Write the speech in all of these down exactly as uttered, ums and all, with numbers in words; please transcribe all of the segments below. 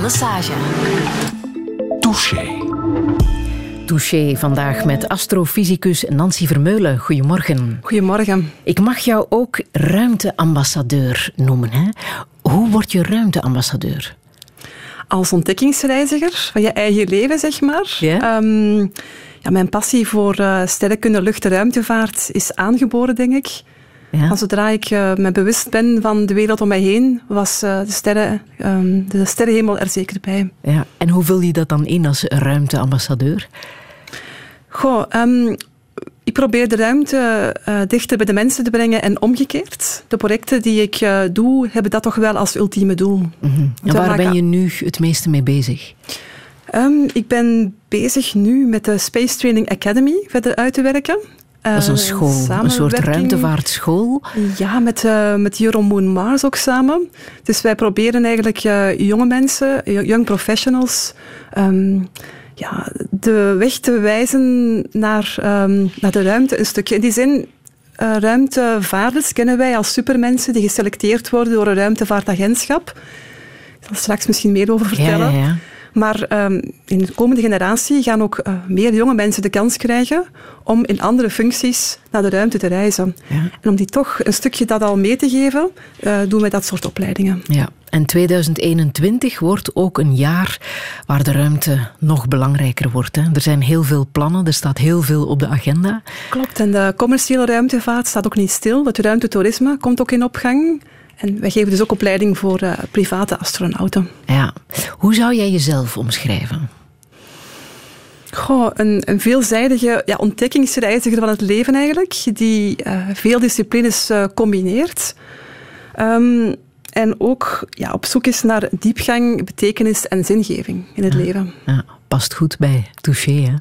Lesage. Touché. Touché vandaag met astrofysicus Nancy Vermeulen. Goedemorgen. Goedemorgen. Ik mag jou ook ruimteambassadeur noemen. Hè? Hoe word je ruimteambassadeur? Als ontdekkingsreiziger van je eigen leven, zeg maar. Ja? Um, ja, mijn passie voor uh, sterrenkunde, lucht- en ruimtevaart is aangeboren, denk ik. Ja. En zodra ik uh, me bewust ben van de wereld om mij heen, was uh, de, sterren, um, de sterrenhemel er zeker bij. Ja. En hoe vul je dat dan in als ruimteambassadeur? Goh, um, ik probeer de ruimte uh, dichter bij de mensen te brengen en omgekeerd. De projecten die ik uh, doe, hebben dat toch wel als ultieme doel. Mm-hmm. En waar ben je nu het meeste mee bezig? Um, ik ben bezig nu met de Space Training Academy verder uit te werken. Dat is een school, een soort ruimtevaartschool. Ja, met, uh, met Euromoon Mars ook samen. Dus wij proberen eigenlijk uh, jonge mensen, young professionals, um, ja, de weg te wijzen naar, um, naar de ruimte een stukje. In die zin, uh, ruimtevaarders kennen wij als supermensen die geselecteerd worden door een ruimtevaartagentschap. Ik zal er straks misschien meer over vertellen. Ja, ja, ja. Maar um, in de komende generatie gaan ook uh, meer jonge mensen de kans krijgen om in andere functies naar de ruimte te reizen. Ja. En om die toch een stukje dat al mee te geven, uh, doen wij dat soort opleidingen. Ja. En tweeduizend eenentwintig wordt ook een jaar waar de ruimte nog belangrijker wordt. Hè? Er zijn heel veel plannen, er staat heel veel op de agenda. Klopt, en de commerciële ruimtevaart staat ook niet stil. Het ruimtetoerisme komt ook in opgang. En wij geven dus ook opleiding voor uh, private astronauten. Ja. Hoe zou jij jezelf omschrijven? Goh, een, een veelzijdige ja, ontdekkingsreiziger van het leven eigenlijk, die uh, veel disciplines uh, combineert. Um, en ook ja, op zoek is naar diepgang, betekenis en zingeving in het ja. leven. Ja, past goed bij Touché, hè?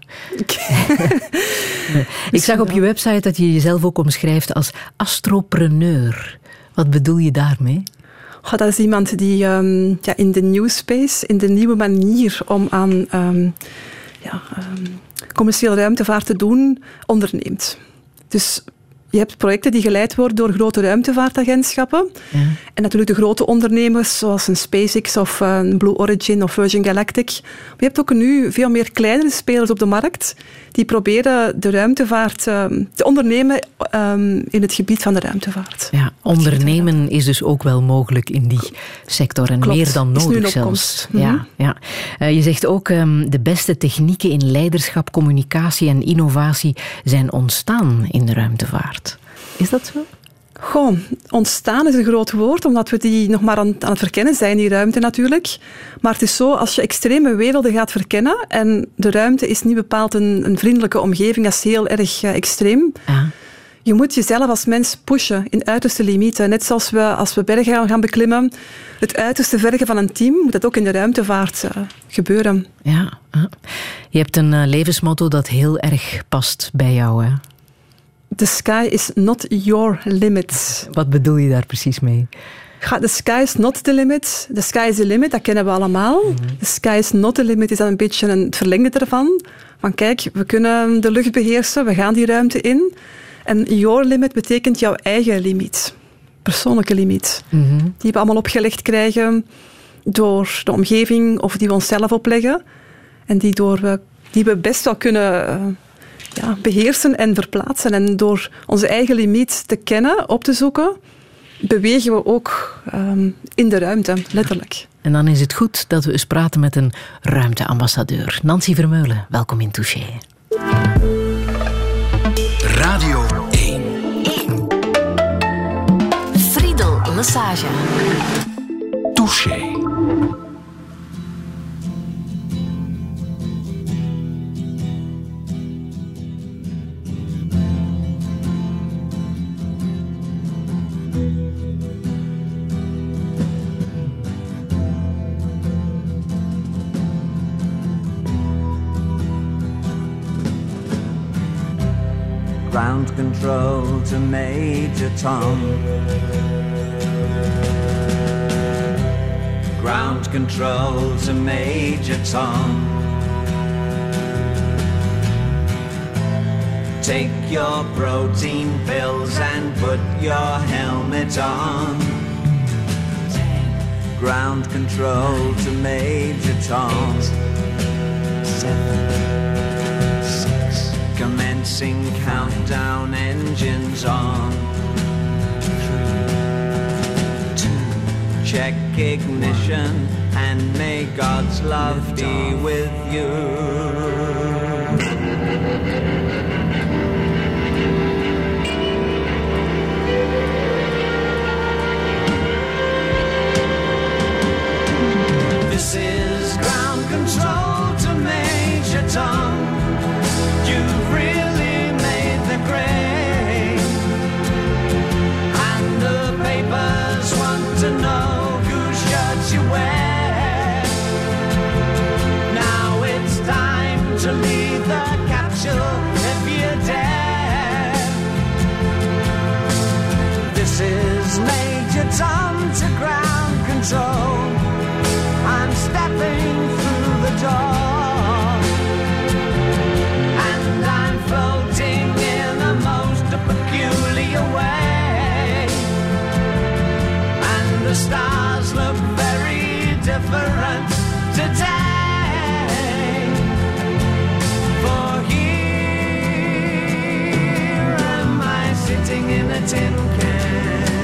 Ik zag op je website dat je jezelf ook omschrijft als astropreneur. Wat bedoel je daarmee? Oh, dat is iemand die um, ja, in de new space, in de nieuwe manier om aan um, ja, um, commerciële ruimtevaart te doen, onderneemt. Dus je hebt projecten die geleid worden door grote ruimtevaartagentschappen. Ja. En natuurlijk de grote ondernemers, zoals een SpaceX of een Blue Origin of Virgin Galactic. Maar je hebt ook nu veel meer kleinere spelers op de markt die proberen de ruimtevaart um, te ondernemen um, in het gebied van de ruimtevaart. Ja, ondernemen is dus ook wel mogelijk in die sector en Klopt, meer dan nodig zelfs. Mm-hmm. Ja, ja. Uh, je zegt ook um, de beste technieken in leiderschap, communicatie en innovatie zijn ontstaan in de ruimtevaart. Is dat zo? Goh, ontstaan is een groot woord, omdat we die nog maar aan, aan het verkennen zijn, die ruimte natuurlijk. Maar het is zo, als je extreme werelden gaat verkennen, en de ruimte is niet bepaald een, een vriendelijke omgeving, dat is heel erg uh, extreem. Ja. Je moet jezelf als mens pushen in uiterste limieten. Net zoals we als we bergen gaan beklimmen, het uiterste vergen van een team, moet dat ook in de ruimtevaart uh, gebeuren. Ja, je hebt een uh, levensmotto dat heel erg past bij jou, hè? The sky is not your limit. Wat bedoel je daar precies mee? The sky is not the limit. The sky is the limit, dat kennen we allemaal. Mm-hmm. The sky is not the limit is dan een beetje een verlengde ervan. Van kijk, we kunnen de lucht beheersen, we gaan die ruimte in. En your limit betekent jouw eigen limiet. Persoonlijke limiet. Mm-hmm. Die we allemaal opgelegd krijgen door de omgeving of die we onszelf opleggen. En die, door, die we best wel kunnen... Uh, Ja, beheersen en verplaatsen. En door onze eigen limiet te kennen, op te zoeken, bewegen we ook um, in de ruimte, letterlijk. En dan is het goed dat we eens praten met een ruimteambassadeur. Nancy Vermeulen, welkom in Touché. Radio één. één. Friedel Lesage. Touché. Ground control to Major Tom. Ground control to Major Tom. Take your protein pills and put your helmet on. ground control to Major Tom. Seven, six, commencing countdown, engines on. Three, two, check ignition, and may God's love be with you. This is ground control to Major Tom. You've really made the grade, and the papers want to know whose shirts you wear. Now it's time to leave the capsule if you dare. This is Major Tom to ground control. I'm stepping through the door, and I'm floating in a most peculiar way, and the stars look very different today, for here am I sitting in a tin can.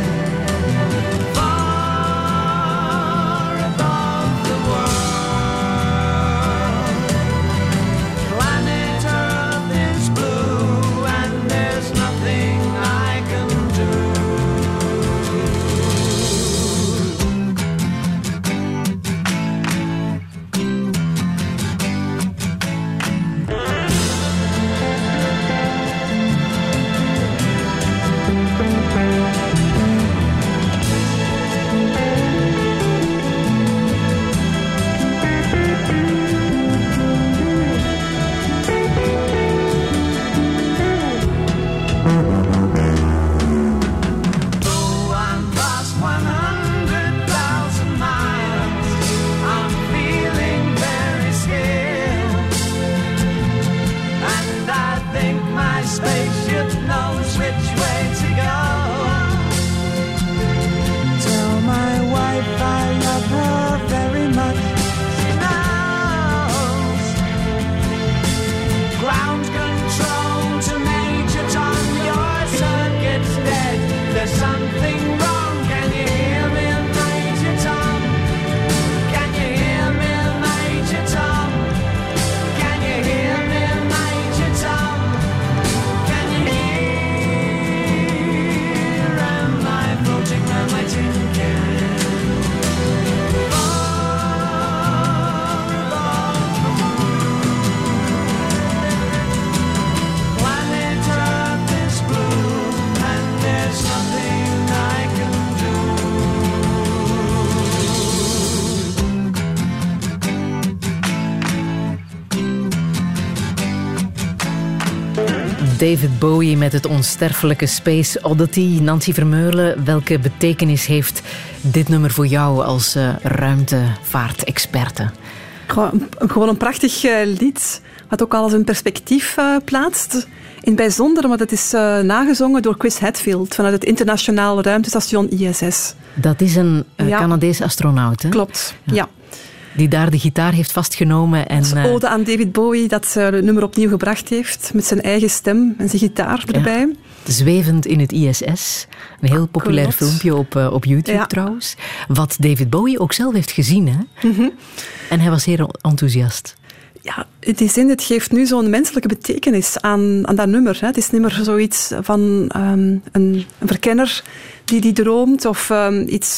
David Bowie met het onsterfelijke Space Oddity. Nancy Vermeulen, welke betekenis heeft dit nummer voor jou als uh, ruimtevaartexperte? Gewoon, gewoon een prachtig uh, lied, wat ook alles in perspectief uh, plaatst. In het bijzonder, want het is uh, nagezongen door Chris Hadfield vanuit het internationale ruimtestation I S S. Dat is een uh, ja. Canadese astronaut, hè? Klopt, ja. ja. Die daar de gitaar heeft vastgenomen. En, dat is ode aan David Bowie, dat uh, het nummer opnieuw gebracht heeft. Met zijn eigen stem en zijn gitaar erbij. Ja. Zwevend in het I S S. Een heel populair Klopt. filmpje op, uh, op YouTube ja. trouwens. Wat David Bowie ook zelf heeft gezien. Hè? Mm-hmm. En hij was zeer enthousiast. Ja, in die zin, het geeft nu zo'n menselijke betekenis aan, aan dat nummer. Hè. Het is niet meer zoiets van um, een, een verkenner die, die droomt of um, iets,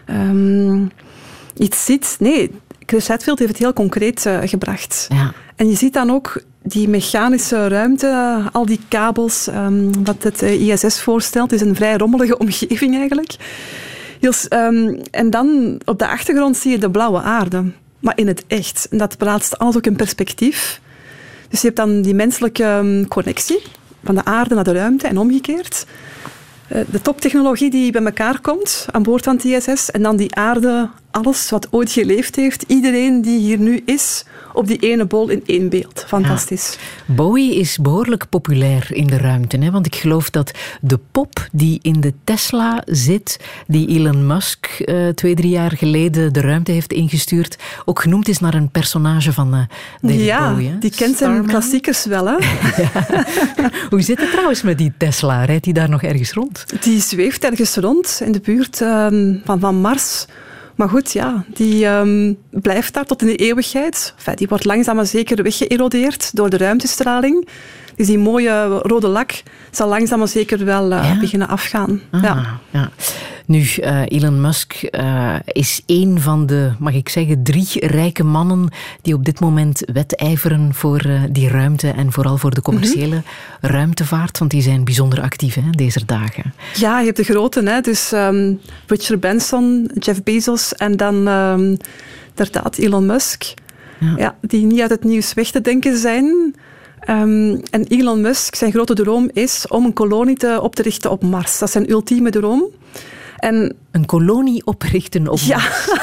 um, iets ziet. Nee, Chris Hadfield heeft het heel concreet uh, gebracht. Ja. En je ziet dan ook die mechanische ruimte, al die kabels, um, wat het uh, I S S voorstelt. Het is een vrij rommelige omgeving eigenlijk. Yes, um, en dan op de achtergrond zie je de blauwe aarde. Maar in het echt. En dat plaatst alles ook in perspectief. Dus je hebt dan die menselijke connectie van de aarde naar de ruimte en omgekeerd. De toptechnologie die bij elkaar komt aan boord van het I S S en dan die aarde alles wat ooit geleefd heeft, iedereen die hier nu is, op die ene bol in één beeld. Fantastisch. Ja. Bowie is behoorlijk populair in de ruimte, hè? Want ik geloof dat de pop die in de Tesla zit, die Elon Musk uh, twee, drie jaar geleden de ruimte heeft ingestuurd, ook genoemd is naar een personage van uh, David ja, Bowie. Hè? Die kent Starman. zijn klassiekers wel. Hè? Ja. Hoe zit het trouwens met die Tesla? Rijdt hij daar nog ergens rond? Die zweeft ergens rond in de buurt um, van, van Mars. Maar goed, ja, die um, blijft daar tot in de eeuwigheid. Enfin, die wordt langzaam maar zeker weggeërodeerd door de ruimtestraling. Dus die mooie rode lak zal langzaam maar zeker wel uh, ja? beginnen afgaan. Ah, ja. Ja. Nu, uh, Elon Musk uh, is één van de, mag ik zeggen, drie rijke mannen die op dit moment wedijveren voor uh, die ruimte en vooral voor de commerciële mm-hmm. ruimtevaart, want die zijn bijzonder actief hè, deze dagen. Ja, je hebt de grote, hè, dus um, Richard Branson, Jeff Bezos en dan um, inderdaad Elon Musk, ja. Ja, die niet uit het nieuws weg te denken zijn. Um, en Elon Musk, zijn grote droom is om een kolonie te, op te richten op Mars. Dat is zijn ultieme droom. En, een kolonie oprichten op ja, Mars?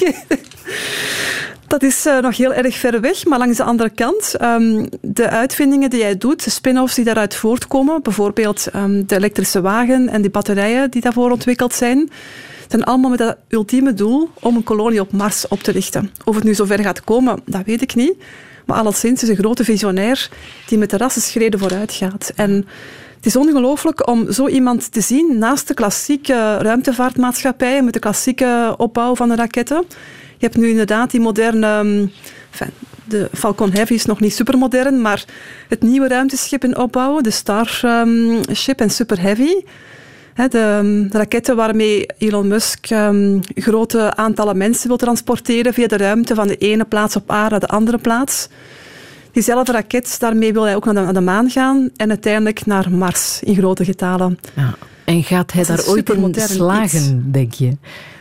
Dat is uh, nog heel erg ver weg, maar langs de andere kant, um, de uitvindingen die hij doet, de spin-offs die daaruit voortkomen, bijvoorbeeld um, de elektrische wagen en die batterijen die daarvoor ontwikkeld zijn, zijn allemaal met dat ultieme doel om een kolonie op Mars op te richten. Of het nu zover gaat komen, dat weet ik niet. Maar alleszins is een grote visionair die met de rassenschreden vooruit gaat. En het is ongelooflijk om zo iemand te zien naast de klassieke ruimtevaartmaatschappijen met de klassieke opbouw van de raketten. Je hebt nu inderdaad die moderne... Enfin, de Falcon Heavy is nog niet supermodern, maar het nieuwe ruimteschip in opbouw, de Starship en Super Heavy. De, de raketten waarmee Elon Musk um, grote aantallen mensen wil transporteren via de ruimte van de ene plaats op aarde naar de andere plaats. Diezelfde raket, daarmee wil hij ook naar de, naar de maan gaan en uiteindelijk naar Mars in grote getalen. Ja. En gaat hij daar ooit in slagen, iets. denk je?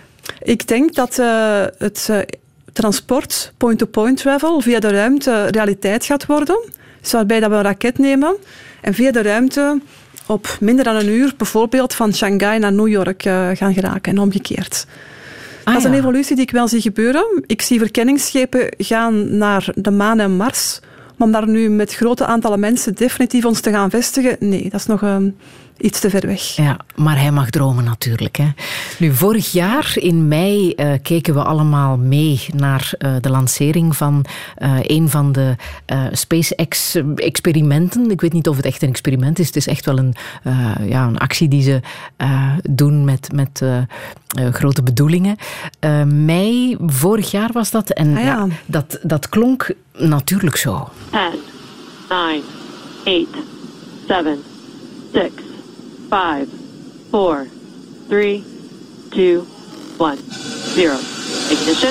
Ik denk dat uh, het uh, transport, point-to-point travel, via de ruimte realiteit gaat worden. Dus waarbij dat we een raket nemen en via de ruimte op minder dan een uur bijvoorbeeld van Shanghai naar New York uh, gaan geraken en omgekeerd. Ah, dat is een ja. evolutie die ik wel zie gebeuren. Ik zie verkenningsschepen gaan naar de maan en Mars. Maar om daar nu met grote aantallen mensen definitief ons te gaan vestigen, nee, dat is nog um, iets te ver weg. Ja, maar hij mag dromen natuurlijk. Hè. Nu, vorig jaar in mei uh, keken we allemaal mee naar uh, de lancering van uh, een van de uh, SpaceX-experimenten. Ik weet niet of het echt een experiment is. Het is echt wel een, uh, ja, een actie die ze uh, doen met, met uh, uh, grote bedoelingen. Uh, mei vorig jaar was dat. En ah, ja. Ja, dat, dat klonk natuurlijk zo. ten, nine, eight, seven, six, five, four, three, two, one, zero. Ignition.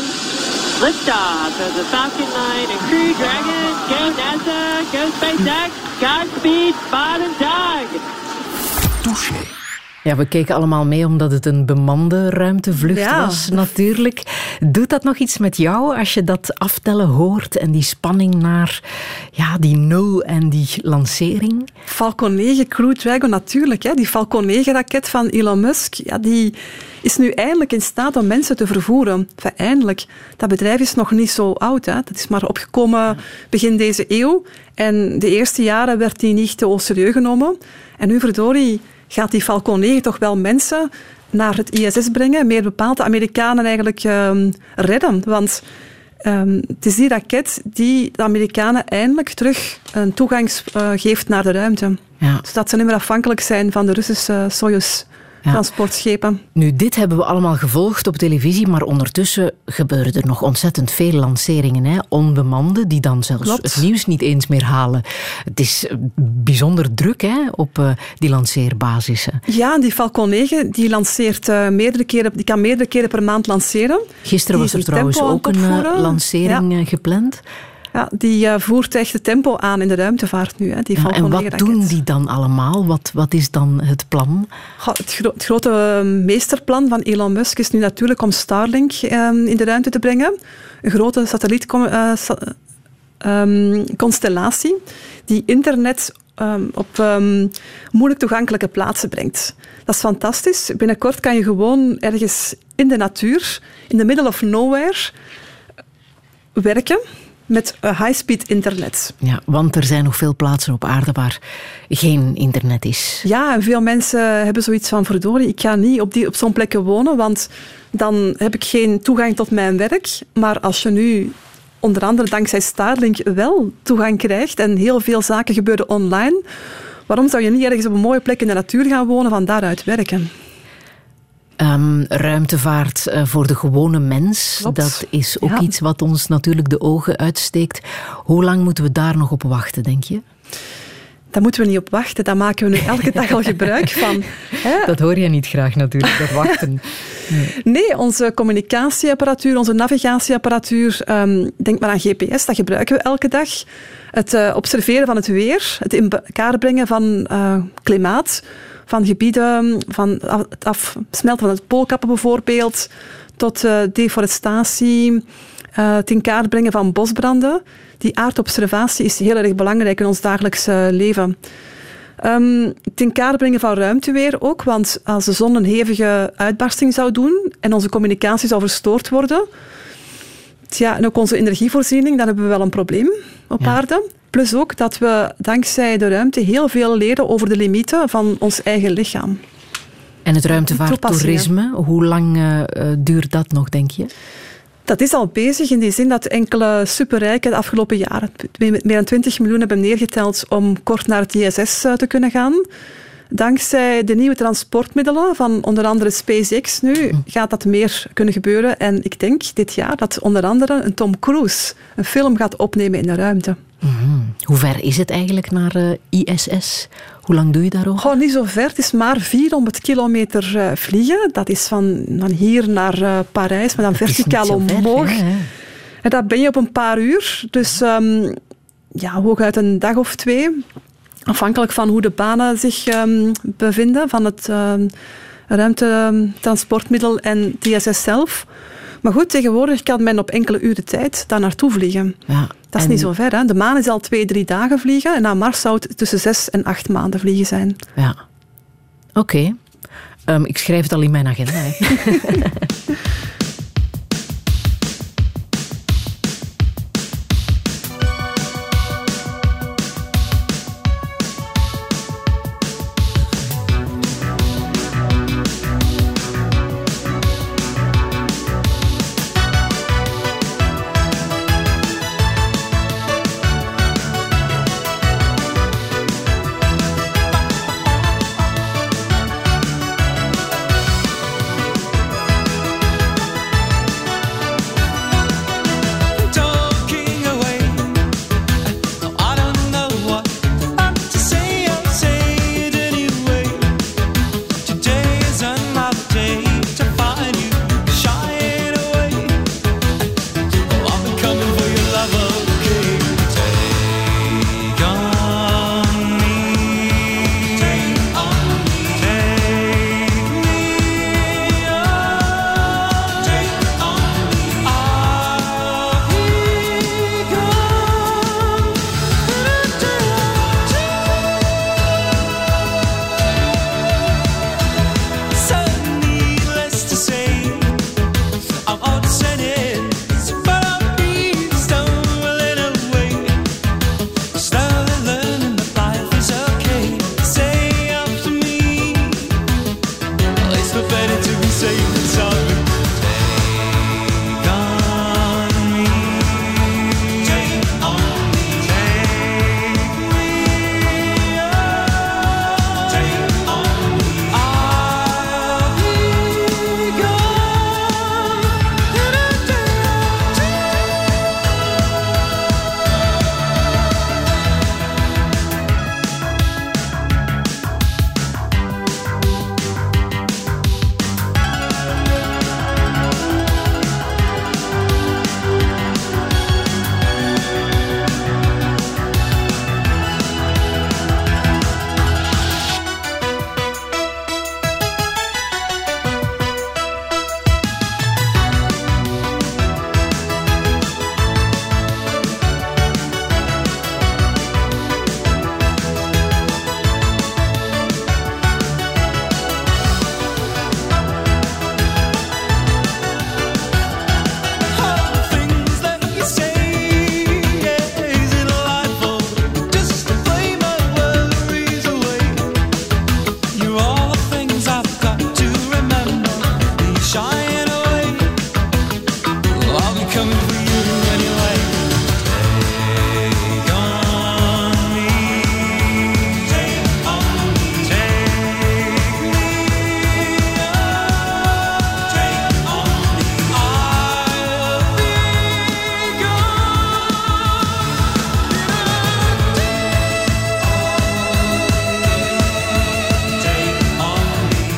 Liftoff of the Falcon nine and Crew Dragon. Go NASA, go SpaceX, Godspeed, Bob and Doug. Touché. Ja, we keken allemaal mee omdat het een bemande ruimtevlucht ja. was, natuurlijk. Doet dat nog iets met jou als je dat aftellen hoort en die spanning naar ja, die nul en die lancering? Falcon negen, Crew Dragon, natuurlijk. Hè. Die Falcon negen-raket van Elon Musk, ja, die is nu eindelijk in staat om mensen te vervoeren. Enfin, eindelijk. Dat bedrijf is nog niet zo oud. Hè. Dat is maar opgekomen begin deze eeuw. En de eerste jaren werd die niet te serieus genomen. En nu, verdorie, gaat die Falcon negen toch wel mensen naar het I S S brengen, meer bepaald de Amerikanen eigenlijk um, redden. Want um, het is die raket die de Amerikanen eindelijk terug een toegang uh, geeft naar de ruimte. Ja. Zodat ze niet meer afhankelijk zijn van de Russische Soyuz transportschepen. Ja. Nu, dit hebben we allemaal gevolgd op televisie, maar ondertussen gebeuren er nog ontzettend veel lanceringen. Hè? Onbemande, die dan zelfs Klopt. het nieuws niet eens meer halen. Het is bijzonder druk hè, op uh, die lanceerbasissen. Ja, die Falcon negen die lanceert, uh, meerdere keren, die kan meerdere keren per maand lanceren. Gisteren die was er trouwens ook een uh, lancering ja. gepland. Ja, die uh, voert echt het tempo aan in de ruimtevaart nu. Hè, die ja, en wat doen die dan allemaal? Wat, wat is dan het plan? Goh, het, gro- het grote uh, meesterplan van Elon Musk is nu natuurlijk om Starlink uh, in de ruimte te brengen. Een grote satellietconstellatie uh, sa- um, die internet um, op um, moeilijk toegankelijke plaatsen brengt. Dat is fantastisch. Binnenkort kan je gewoon ergens in de natuur, in the middle of nowhere, werken met high-speed internet. Ja, want er zijn nog veel plaatsen op aarde waar geen internet is. Ja, en veel mensen hebben zoiets van, verdorie, ik ga niet op, die, op zo'n plekken wonen, want dan heb ik geen toegang tot mijn werk. Maar als je nu onder andere dankzij Starlink wel toegang krijgt en heel veel zaken gebeuren online, waarom zou je niet ergens op een mooie plek in de natuur gaan wonen, van daaruit werken? Um, ruimtevaart uh, voor de gewone mens, Klopt. Dat is ook Ja. iets wat ons natuurlijk de ogen uitsteekt. Hoe lang moeten we daar nog op wachten, denk je? Daar moeten we niet op wachten, daar maken we nu elke dag al gebruik van. Hè? Dat hoor je niet graag natuurlijk, dat wachten. Nee. nee, onze communicatieapparatuur, onze navigatieapparatuur, um, denk maar aan G P S, dat gebruiken we elke dag. Het uh, observeren van het weer, het in kaart brengen van uh, klimaat, van gebieden, van het afsmelten van het poolkappen bijvoorbeeld, tot uh, deforestatie, uh, het in kaart brengen van bosbranden. Die aardobservatie is heel erg belangrijk in ons dagelijks uh, leven. Um, het in kaart brengen van ruimteweer ook, want als de zon een hevige uitbarsting zou doen en onze communicatie zou verstoord worden, tja, en ook onze energievoorziening, dan hebben we wel een probleem op Ja. aarde. Plus ook dat we dankzij de ruimte heel veel leren over de limieten van ons eigen lichaam. En het ruimtevaarttoerisme, hoe lang uh, duurt dat nog, denk je? Dat is al bezig in die zin dat enkele superrijken de afgelopen jaren meer dan twintig miljoen hebben neergeteld om kort naar het I S S te kunnen gaan. Dankzij de nieuwe transportmiddelen van onder andere SpaceX nu gaat dat meer kunnen gebeuren. En ik denk dit jaar dat onder andere een Tom Cruise een film gaat opnemen in de ruimte. Mm-hmm. Hoe ver is het eigenlijk naar uh, I S S? Hoe lang doe je daarover? Goh, niet zo ver. Het is maar vierhonderd kilometer uh, vliegen. Dat is van, van hier naar uh, Parijs, maar dan verticaal omhoog. Ver, hè? En dat ben je op een paar uur. Dus um, ja, hooguit een dag of twee. Afhankelijk van hoe de banen zich um, bevinden van het um, ruimtetransportmiddel en het I S S zelf. Maar goed, tegenwoordig kan men op enkele uren tijd daar naartoe vliegen. Ja, dat is en... niet zo ver. Hè? De maan is al twee, drie dagen vliegen en naar Mars zou het tussen zes en acht maanden vliegen zijn. Ja, oké. Okay. Um, ik schrijf het al in mijn agenda. Hè.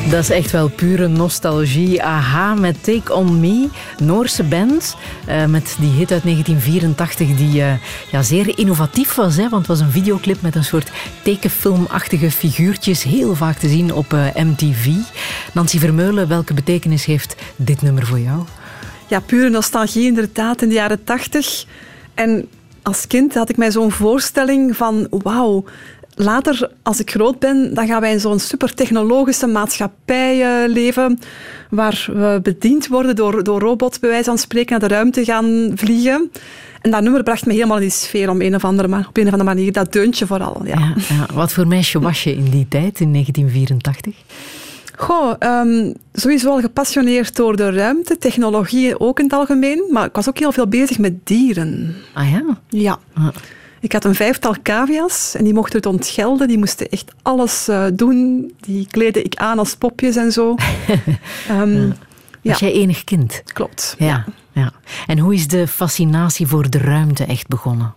Dat is echt wel pure nostalgie. Aha met Take On Me, Noorse band, uh, met die hit uit negentien vierentachtig die uh, ja, zeer innovatief was, hè, want het was een videoclip met een soort tekenfilmachtige figuurtjes, heel vaak te zien op uh, M T V. Nancy Vermeulen, welke betekenis heeft dit nummer voor jou? Ja, pure nostalgie inderdaad in de jaren tachtig. En als kind had ik mij zo'n voorstelling van wauw, later, als ik groot ben, dan gaan wij in zo'n supertechnologische maatschappij uh, leven, waar we bediend worden door, door robots, bij wijze van spreken, naar de ruimte gaan vliegen. En dat nummer bracht me helemaal in die sfeer om een of andere, op een of andere manier. Dat deuntje vooral. Ja. Ja, ja. Wat voor meisje was je in die tijd, in negentien vierentachtig? Goh, um, sowieso al gepassioneerd door de ruimte, technologie ook in het algemeen, maar ik was ook heel veel bezig met dieren. Ah ja? Ja. Ah. Ik had een vijftal cavia's en die mochten het ontgelden. Die moesten echt alles uh, doen. Die kleedde ik aan als popjes en zo. um, ja. Was jij enig kind? Klopt. Ja, ja. Ja. En hoe is de fascinatie voor de ruimte echt begonnen?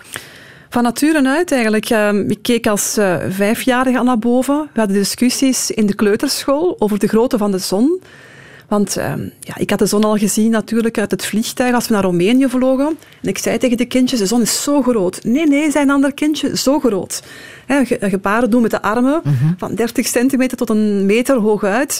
Van nature uit eigenlijk. Uh, ik keek als uh, vijfjarige al naar boven. We hadden discussies in de kleuterschool over de grootte van de zon. Want uh, ja, ik had de zon al gezien natuurlijk uit het vliegtuig als we naar Roemenië vlogen. En ik zei tegen de kindjes, de zon is zo groot. Nee, nee, zei een ander kindje, zo groot. He, ge- gebaren doen met de armen, mm-hmm. van dertig centimeter tot een meter hooguit.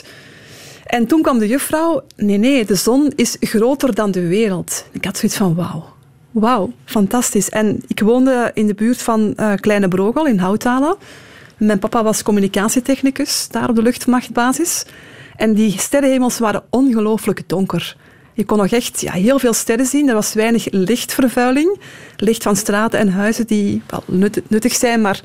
En toen kwam de juffrouw, nee, nee, de zon is groter dan de wereld. Ik had zoiets van, wauw. Wauw, fantastisch. En ik woonde in de buurt van uh, Kleine Brogel in Houthalen. Mijn papa was communicatietechnicus, daar op de luchtmachtbasis. En die sterrenhemels waren ongelooflijk donker. Je kon nog echt ja, heel veel sterren zien. Er was weinig lichtvervuiling. Licht van straten en huizen die wel nut, nuttig zijn, maar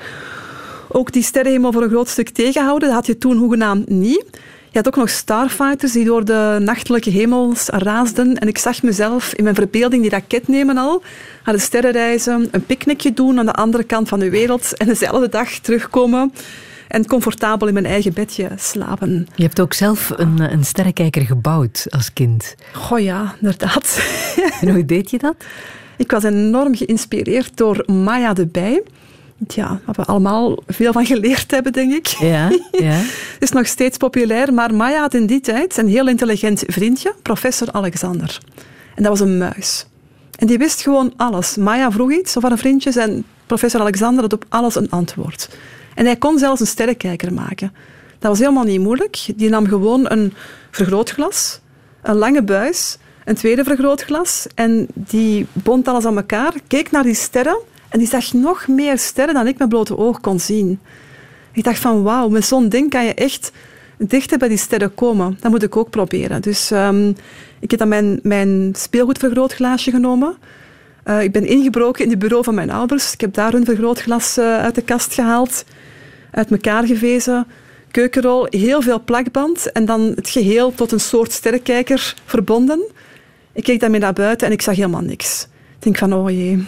ook die sterrenhemel voor een groot stuk tegenhouden. Dat had je toen hoegenaamd niet. Je had ook nog starfighters die door de nachtelijke hemels raasden. En ik zag mezelf in mijn verbeelding die raket nemen al, naar de sterrenreizen, een picknickje doen aan de andere kant van de wereld en dezelfde dag terugkomen en comfortabel in mijn eigen bedje slapen. Je hebt ook zelf een, een sterrenkijker gebouwd als kind. Goh ja, inderdaad. En hoe deed je dat? Ik was enorm geïnspireerd door Maya de bij. Ja, waar we allemaal veel van geleerd hebben, denk ik. Ja, ja. Het is nog steeds populair, maar Maya had in die tijd een heel intelligent vriendje, professor Alexander. En dat was een muis. En die wist gewoon alles. Maya vroeg iets of haar vriendjes en professor Alexander had op alles een antwoord. En hij kon zelfs een sterrenkijker maken. Dat was helemaal niet moeilijk. Die nam gewoon een vergrootglas, een lange buis, een tweede vergrootglas en die bond alles aan elkaar, keek naar die sterren en die zag nog meer sterren dan ik met blote oog kon zien. Ik dacht van wauw, met zo'n ding kan je echt dichter bij die sterren komen. Dat moet ik ook proberen. Dus um, ik heb dan mijn, mijn speelgoedvergrootglasje genomen. Uh, ik ben ingebroken in het bureau van mijn ouders. Ik heb daar hun vergrootglas uh, uit de kast gehaald, uit elkaar gevezen, keukenrol, heel veel plakband en dan het geheel tot een soort sterrenkijker verbonden. Ik keek daarmee naar buiten en ik zag helemaal niks. Ik denk van, oh jee.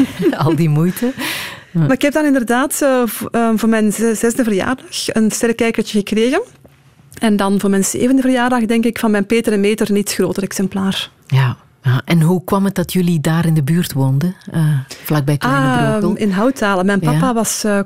Al die moeite. Ja. Maar ik heb dan inderdaad uh, v- uh, voor mijn zesde verjaardag een sterrenkijkertje gekregen. En dan voor mijn zevende verjaardag denk ik van mijn Peter en Meter een iets groter exemplaar. Ja. Ja, en hoe kwam het dat jullie daar in de buurt woonden, uh, vlakbij Kleine Brogel? Ah, in Houthalen. Mijn papa ja. was uh,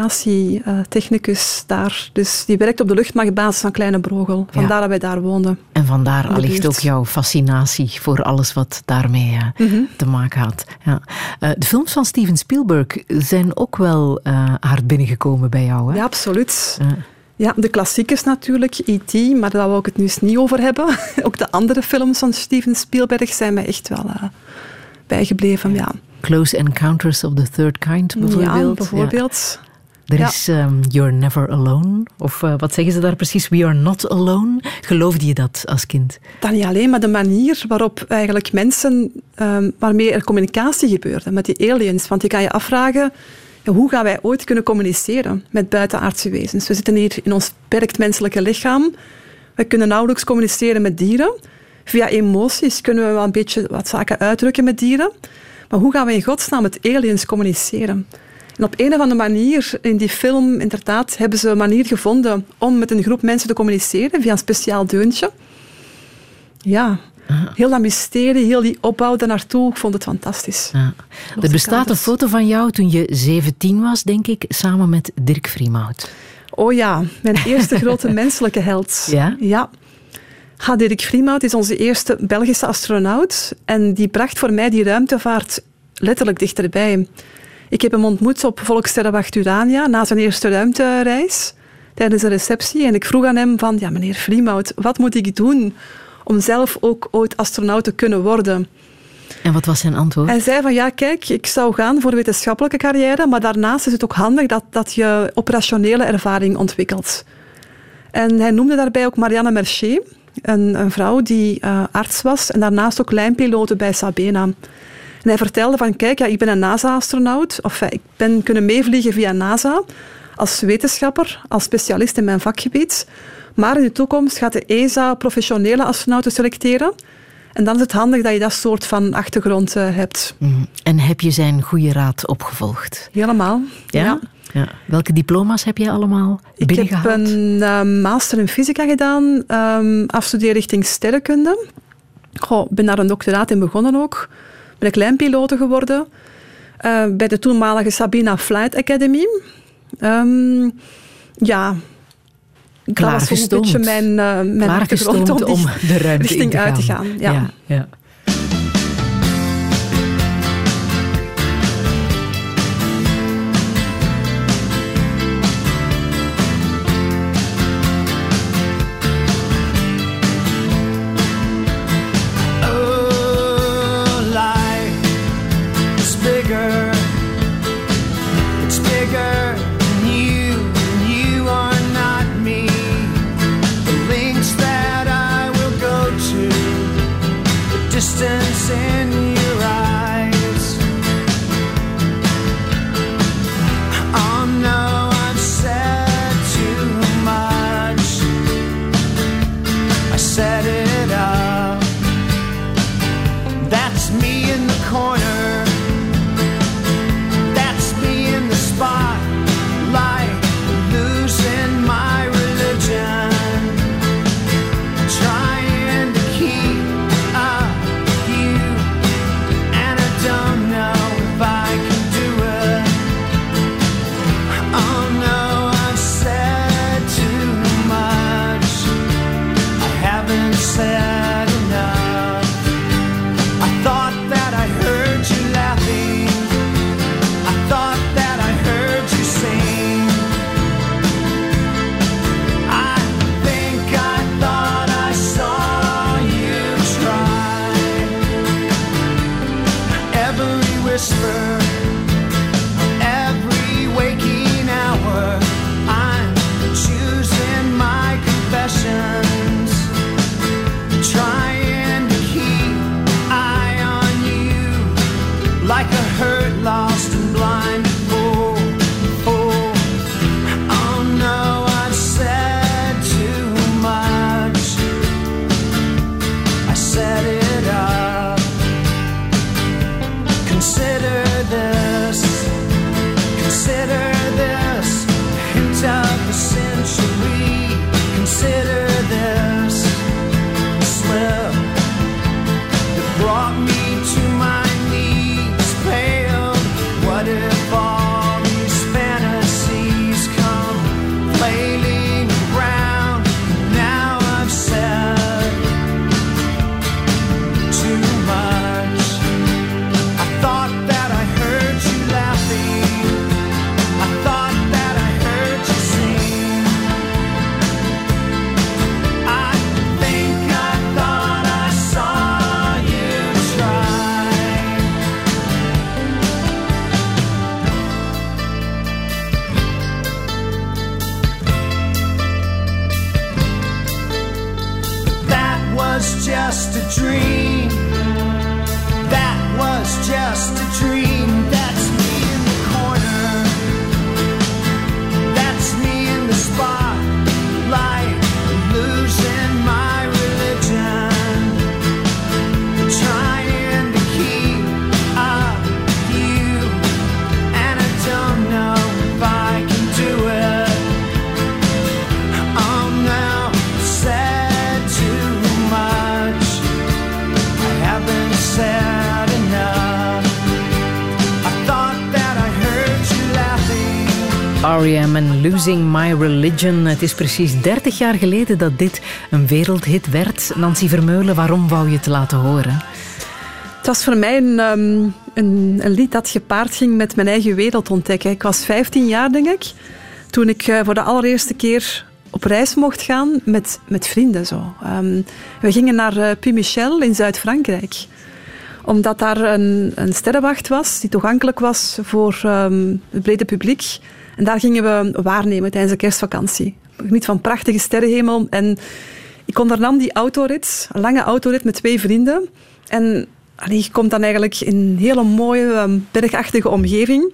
communicatietechnicus uh, daar. Dus die werkte op de luchtmachtbasis van Kleine Brogel. Vandaar ja. dat wij daar woonden. En vandaar allicht ook jouw fascinatie voor alles wat daarmee uh, mm-hmm. te maken had. Ja. Uh, de films van Steven Spielberg zijn ook wel uh, hard binnengekomen bij jou, hè? Ja, absoluut. Uh. Ja, de klassiekers natuurlijk, E T, maar daar wil ik het nu eens niet over hebben. Ook de andere films van Steven Spielberg zijn mij echt wel uh, bijgebleven, ja. Close Encounters of the Third Kind, bijvoorbeeld. Ja, bijvoorbeeld. Ja. Er ja. is um, You're Never Alone, of uh, wat zeggen ze daar precies? We Are Not Alone. Geloofde je dat als kind? Dan niet alleen, maar de manier waarop eigenlijk mensen, um, waarmee er communicatie gebeurde met die aliens. Want je kan je afvragen, hoe gaan wij ooit kunnen communiceren met buitenaardse wezens? We zitten hier in ons beperkt menselijke lichaam. We kunnen nauwelijks communiceren met dieren. Via emoties kunnen we wel een beetje wat zaken uitdrukken met dieren. Maar hoe gaan we in godsnaam met aliens communiceren? En op een of andere manier, in die film inderdaad, hebben ze een manier gevonden om met een groep mensen te communiceren via een speciaal deuntje. Ja, heel dat mysterie, heel die opbouw daarnaartoe, ik vond het fantastisch. Ja. Er bestaat een foto van jou toen je zeventien was, denk ik, samen met Dirk Vriemhout. Oh ja, mijn eerste grote menselijke held. Ja? Ja. Ha, Dirk Vriemhout is onze eerste Belgische astronaut. En die bracht voor mij die ruimtevaart letterlijk dichterbij. Ik heb hem ontmoet op Volkssterrenwacht Urania na zijn eerste ruimtereis. Tijdens een receptie. En ik vroeg aan hem van, ja meneer Vriemhout, wat moet ik doen om zelf ook ooit astronaut te kunnen worden? En wat was zijn antwoord? Hij zei van, ja kijk, ik zou gaan voor wetenschappelijke carrière, maar daarnaast is het ook handig dat, dat je operationele ervaring ontwikkelt. En hij noemde daarbij ook Marianne Mercier, een, een vrouw die uh, arts was en daarnaast ook lijnpilote bij Sabena. En hij vertelde van, kijk, ja, ik ben een NASA-astronaut, of uh, ik ben kunnen meevliegen via NASA, als wetenschapper, als specialist in mijn vakgebied. Maar in de toekomst gaat de E S A professionele astronauten selecteren. En dan is het handig dat je dat soort van achtergrond uh, hebt. Mm. En heb je zijn goede raad opgevolgd? Helemaal, ja. ja. Ja. Welke diploma's heb jij allemaal ik binnengehaald? Ik heb een uh, master in fysica gedaan, um, afstudeer richting sterrenkunde. Goh, ben daar een doctoraat in begonnen ook. Ben ik lijnpilote geworden uh, bij de toenmalige Sabena Flight Academy. Um, ja, dat was een beetje mijn, uh, mijn achtergrond om, om de ruimte richting in te uit te gaan. gaan. Ja. Ja, ja. Distance in your eyes. Oh no, I've said too much. I set it up. That's me in the corner. That's me in the spotlight, losing my religion. Trying to keep up. Don't know if I can do it. Oh no, I've said too much. I haven't said enough. I thought that I heard you laughing. I thought that I heard you sing. I think I thought I saw you try. Every whisper, every waking hour, I'm choosing my confessions, trying to keep eye on you, like a hurt, lost and blind fool. Oh, oh no, I've said too much. I set it up. Consider this, consider this, hint of the century. Consider this slip that brought me to my knees, pale. What if all these fantasies come flailing around? Now I've said too much. I thought that I heard you laughing. I thought that I heard you sing. I think I thought I saw you try. That was just a dream. That was just a dream. That's me in the corner. That's me in the spotlight, losing my religion, trying to keep up with you, and I don't know if I can do it. Oh no, said too much. I haven't said enough. R E M en Losing My Religion. Het is precies dertig jaar geleden dat dit een wereldhit werd. Nancy Vermeulen, waarom wou je het laten horen? Het was voor mij een, um, een, een lied dat gepaard ging met mijn eigen wereld ontdekken. Ik was vijftien jaar, denk ik, toen ik uh, voor de allereerste keer op reis mocht gaan met, met vrienden. Zo. Um, we gingen naar uh, Puy Michel in Zuid-Frankrijk. Omdat daar een, een sterrenwacht was die toegankelijk was voor um, het brede publiek. En daar gingen we waarnemen tijdens de kerstvakantie. Geniet van prachtige sterrenhemel. En ik kon daarna die autorit, een lange autorit met twee vrienden. En allee, je komt dan eigenlijk in een hele mooie, um, bergachtige omgeving.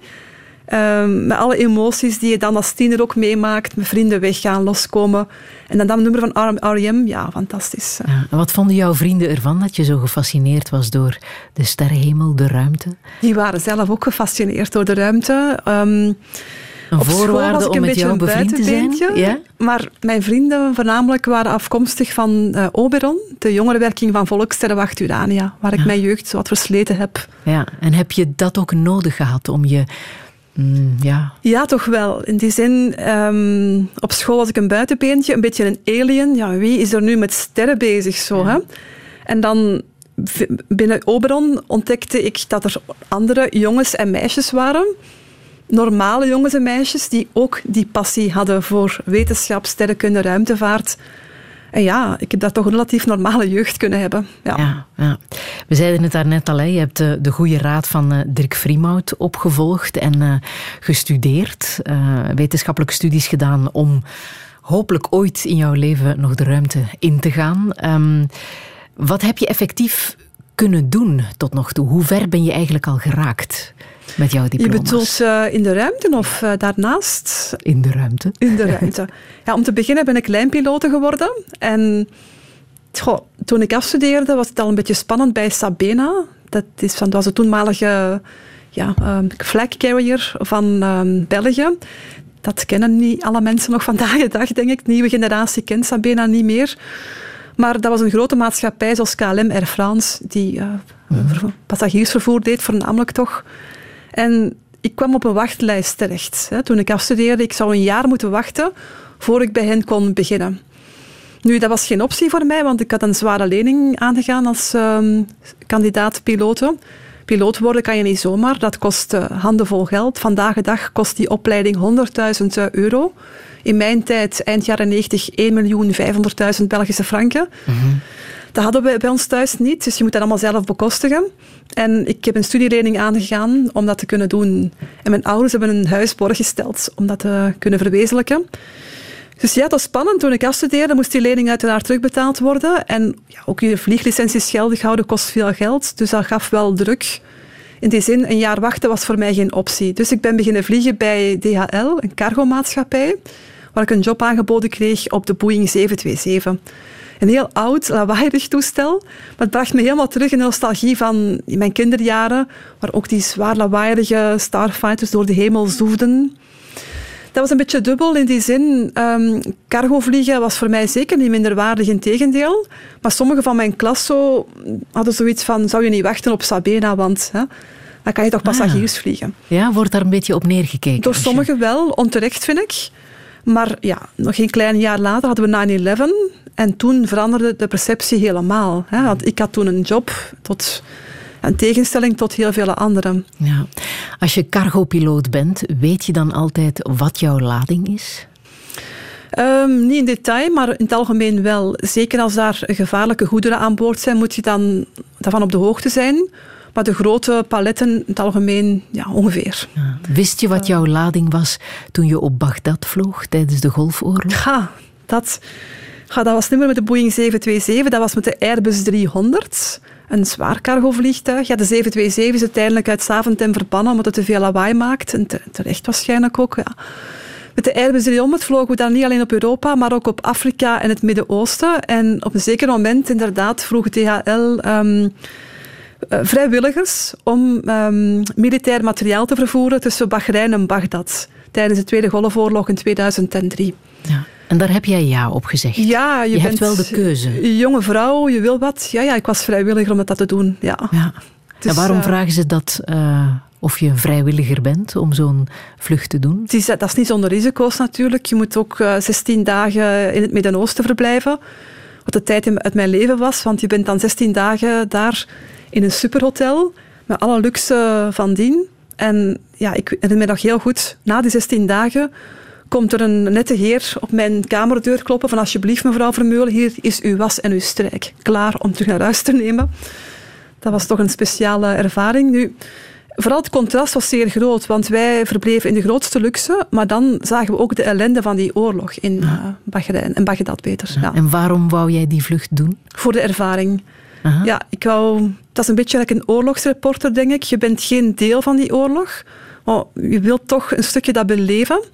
Um, met alle emoties die je dan als tiener ook meemaakt. Met vrienden weggaan, loskomen. En dan dat nummer van R E M, ja, fantastisch. Ja, en wat vonden jouw vrienden ervan dat je zo gefascineerd was door de sterrenhemel, de ruimte? Die waren zelf ook gefascineerd door de ruimte. Um, een voorwaarde om met jou bevriend te zijn? Ja? Maar mijn vrienden voornamelijk waren afkomstig van uh, Oberon, de jongerenwerking van Volkssterrenwacht Urania, waar ik ja. mijn jeugd zo wat versleten heb. Ja, en heb je dat ook nodig gehad om je... Mm, ja. ja, toch wel. In die zin, um, op school was ik een buitenbeentje, een beetje een alien. Ja, wie is er nu met sterren bezig? Zo, ja. hè? En dan binnen Oberon ontdekte ik dat er andere jongens en meisjes waren. Normale jongens en meisjes die ook die passie hadden voor wetenschap, sterrenkunde, ruimtevaart. En ja, ik heb daar toch een relatief normale jeugd kunnen hebben. Ja. Ja, ja. We zeiden het daarnet al, hè. Je hebt de, de goede raad van uh, Dirk Vriemhout opgevolgd en uh, gestudeerd. Uh, wetenschappelijke studies gedaan om hopelijk ooit in jouw leven nog de ruimte in te gaan. Um, wat heb je effectief kunnen doen tot nog toe? Hoe ver ben je eigenlijk al geraakt met jouw diploma's? Je bedoelt uh, in de ruimte of uh, daarnaast? In de ruimte. In de ruimte. Ja, om te beginnen ben ik lijnpilote geworden. En goh, toen ik afstudeerde was het al een beetje spannend bij Sabena. Dat, is van, dat was de toenmalige ja, um, flag carrier van um, België. Dat kennen niet alle mensen nog vandaag de dag, denk ik. De nieuwe generatie kent Sabena niet meer. Maar dat was een grote maatschappij zoals K L M, Air France, die uh, mm-hmm. passagiersvervoer deed, voornamelijk toch. En ik kwam op een wachtlijst terecht. Hè. Toen ik afstudeerde, ik zou een jaar moeten wachten voor ik bij hen kon beginnen. Nu, dat was geen optie voor mij, want ik had een zware lening aangegaan als um, kandidaat-pilote. Piloot worden kan je niet zomaar, dat kost uh, handenvol geld. Vandaag de dag kost die opleiding honderdduizend euro. In mijn tijd, eind jaren negentig, één miljoen vijfhonderdduizend Belgische franken. Mm-hmm. Dat hadden we bij ons thuis niet, dus je moet dat allemaal zelf bekostigen. En ik heb een studielening aangegaan om dat te kunnen doen. En mijn ouders hebben een huis borg gesteld om dat te kunnen verwezenlijken. Dus ja, dat was spannend. Toen ik afstudeerde, moest die lening uiteraard terugbetaald worden. En ja, ook je vlieglicenties geldig houden kost veel geld. Dus dat gaf wel druk. In die zin, een jaar wachten was voor mij geen optie. Dus ik ben beginnen vliegen bij D H L, een cargomaatschappij, waar ik een job aangeboden kreeg op de Boeing zeven twee zeven. Een heel oud, lawaaierig toestel. Maar het bracht me helemaal terug in de nostalgie van mijn kinderjaren, waar ook die zwaar lawaaierige starfighters door de hemel zoefden. Dat was een beetje dubbel in die zin. Um, cargo vliegen was voor mij zeker niet minderwaardig, integendeel. Maar sommigen van mijn klas zo hadden zoiets van, zou je niet wachten op Sabena, want hè, dan kan je toch passagiers ah. vliegen. Ja, wordt daar een beetje op neergekeken? Door sommigen wel, onterecht vind ik. Maar ja, nog geen klein jaar later hadden we nine eleven en toen veranderde de perceptie helemaal. Hè. Want ik had toen een job tot... in tegenstelling tot heel veel anderen. Ja. Als je cargopiloot bent, weet je dan altijd wat jouw lading is? Um, niet in detail, maar in het algemeen wel. Zeker als daar gevaarlijke goederen aan boord zijn, moet je dan daarvan op de hoogte zijn. Maar de grote paletten, in het algemeen, ja, ongeveer. Ja. Wist je wat jouw lading was toen je op Bagdad vloog tijdens de Golfoorlog? Ja, dat, ja, dat was niet meer met de Boeing zeven twee zeven, dat was met de Airbus driehonderd. Een zwaar cargovliegtuig. Ja, de zeven twee zeven is uiteindelijk uit Zaventem verbannen omdat het te veel lawaai maakt. En te, terecht waarschijnlijk ook. Ja. Met de Airbus driehonderd vlogen we dan niet alleen op Europa, maar ook op Afrika en het Midden-Oosten. En op een zeker moment inderdaad vroeg D H L um, uh, vrijwilligers om um, militair materiaal te vervoeren tussen Bahrein en Bagdad tijdens de Tweede Golfoorlog in tweeduizend drie. Ja. En daar heb jij ja op gezegd. Ja, je, je bent hebt wel de keuze. Een jonge vrouw, je wil wat. Ja, ja, ik was vrijwilliger om dat te doen. Ja. Ja. En waarom uh, vragen ze dat uh, of je een vrijwilliger bent om zo'n vlucht te doen? Het is, dat is niet zonder risico's natuurlijk. Je moet ook uh, zestien dagen in het Midden-Oosten verblijven. Wat de tijd uit mijn leven was, want je bent dan zestien dagen daar in een superhotel met alle luxe van dien. En ja, ik herinner me nog heel goed, na die zestien dagen komt er een nette heer op mijn kamerdeur kloppen van alsjeblieft mevrouw Vermeulen, hier is uw was en uw strijk. Klaar om terug naar huis te nemen. Dat was toch een speciale ervaring. Nu, vooral het contrast was zeer groot, want wij verbleven in de grootste luxe, maar dan zagen we ook de ellende van die oorlog in uh, Bahrein, en Bagdad beter. Ja. Ja. En waarom wou jij die vlucht doen? Voor de ervaring. Aha. Ja, ik wou, dat is een beetje like een oorlogsreporter, denk ik. Je bent geen deel van die oorlog, maar je wilt toch een stukje dat beleven.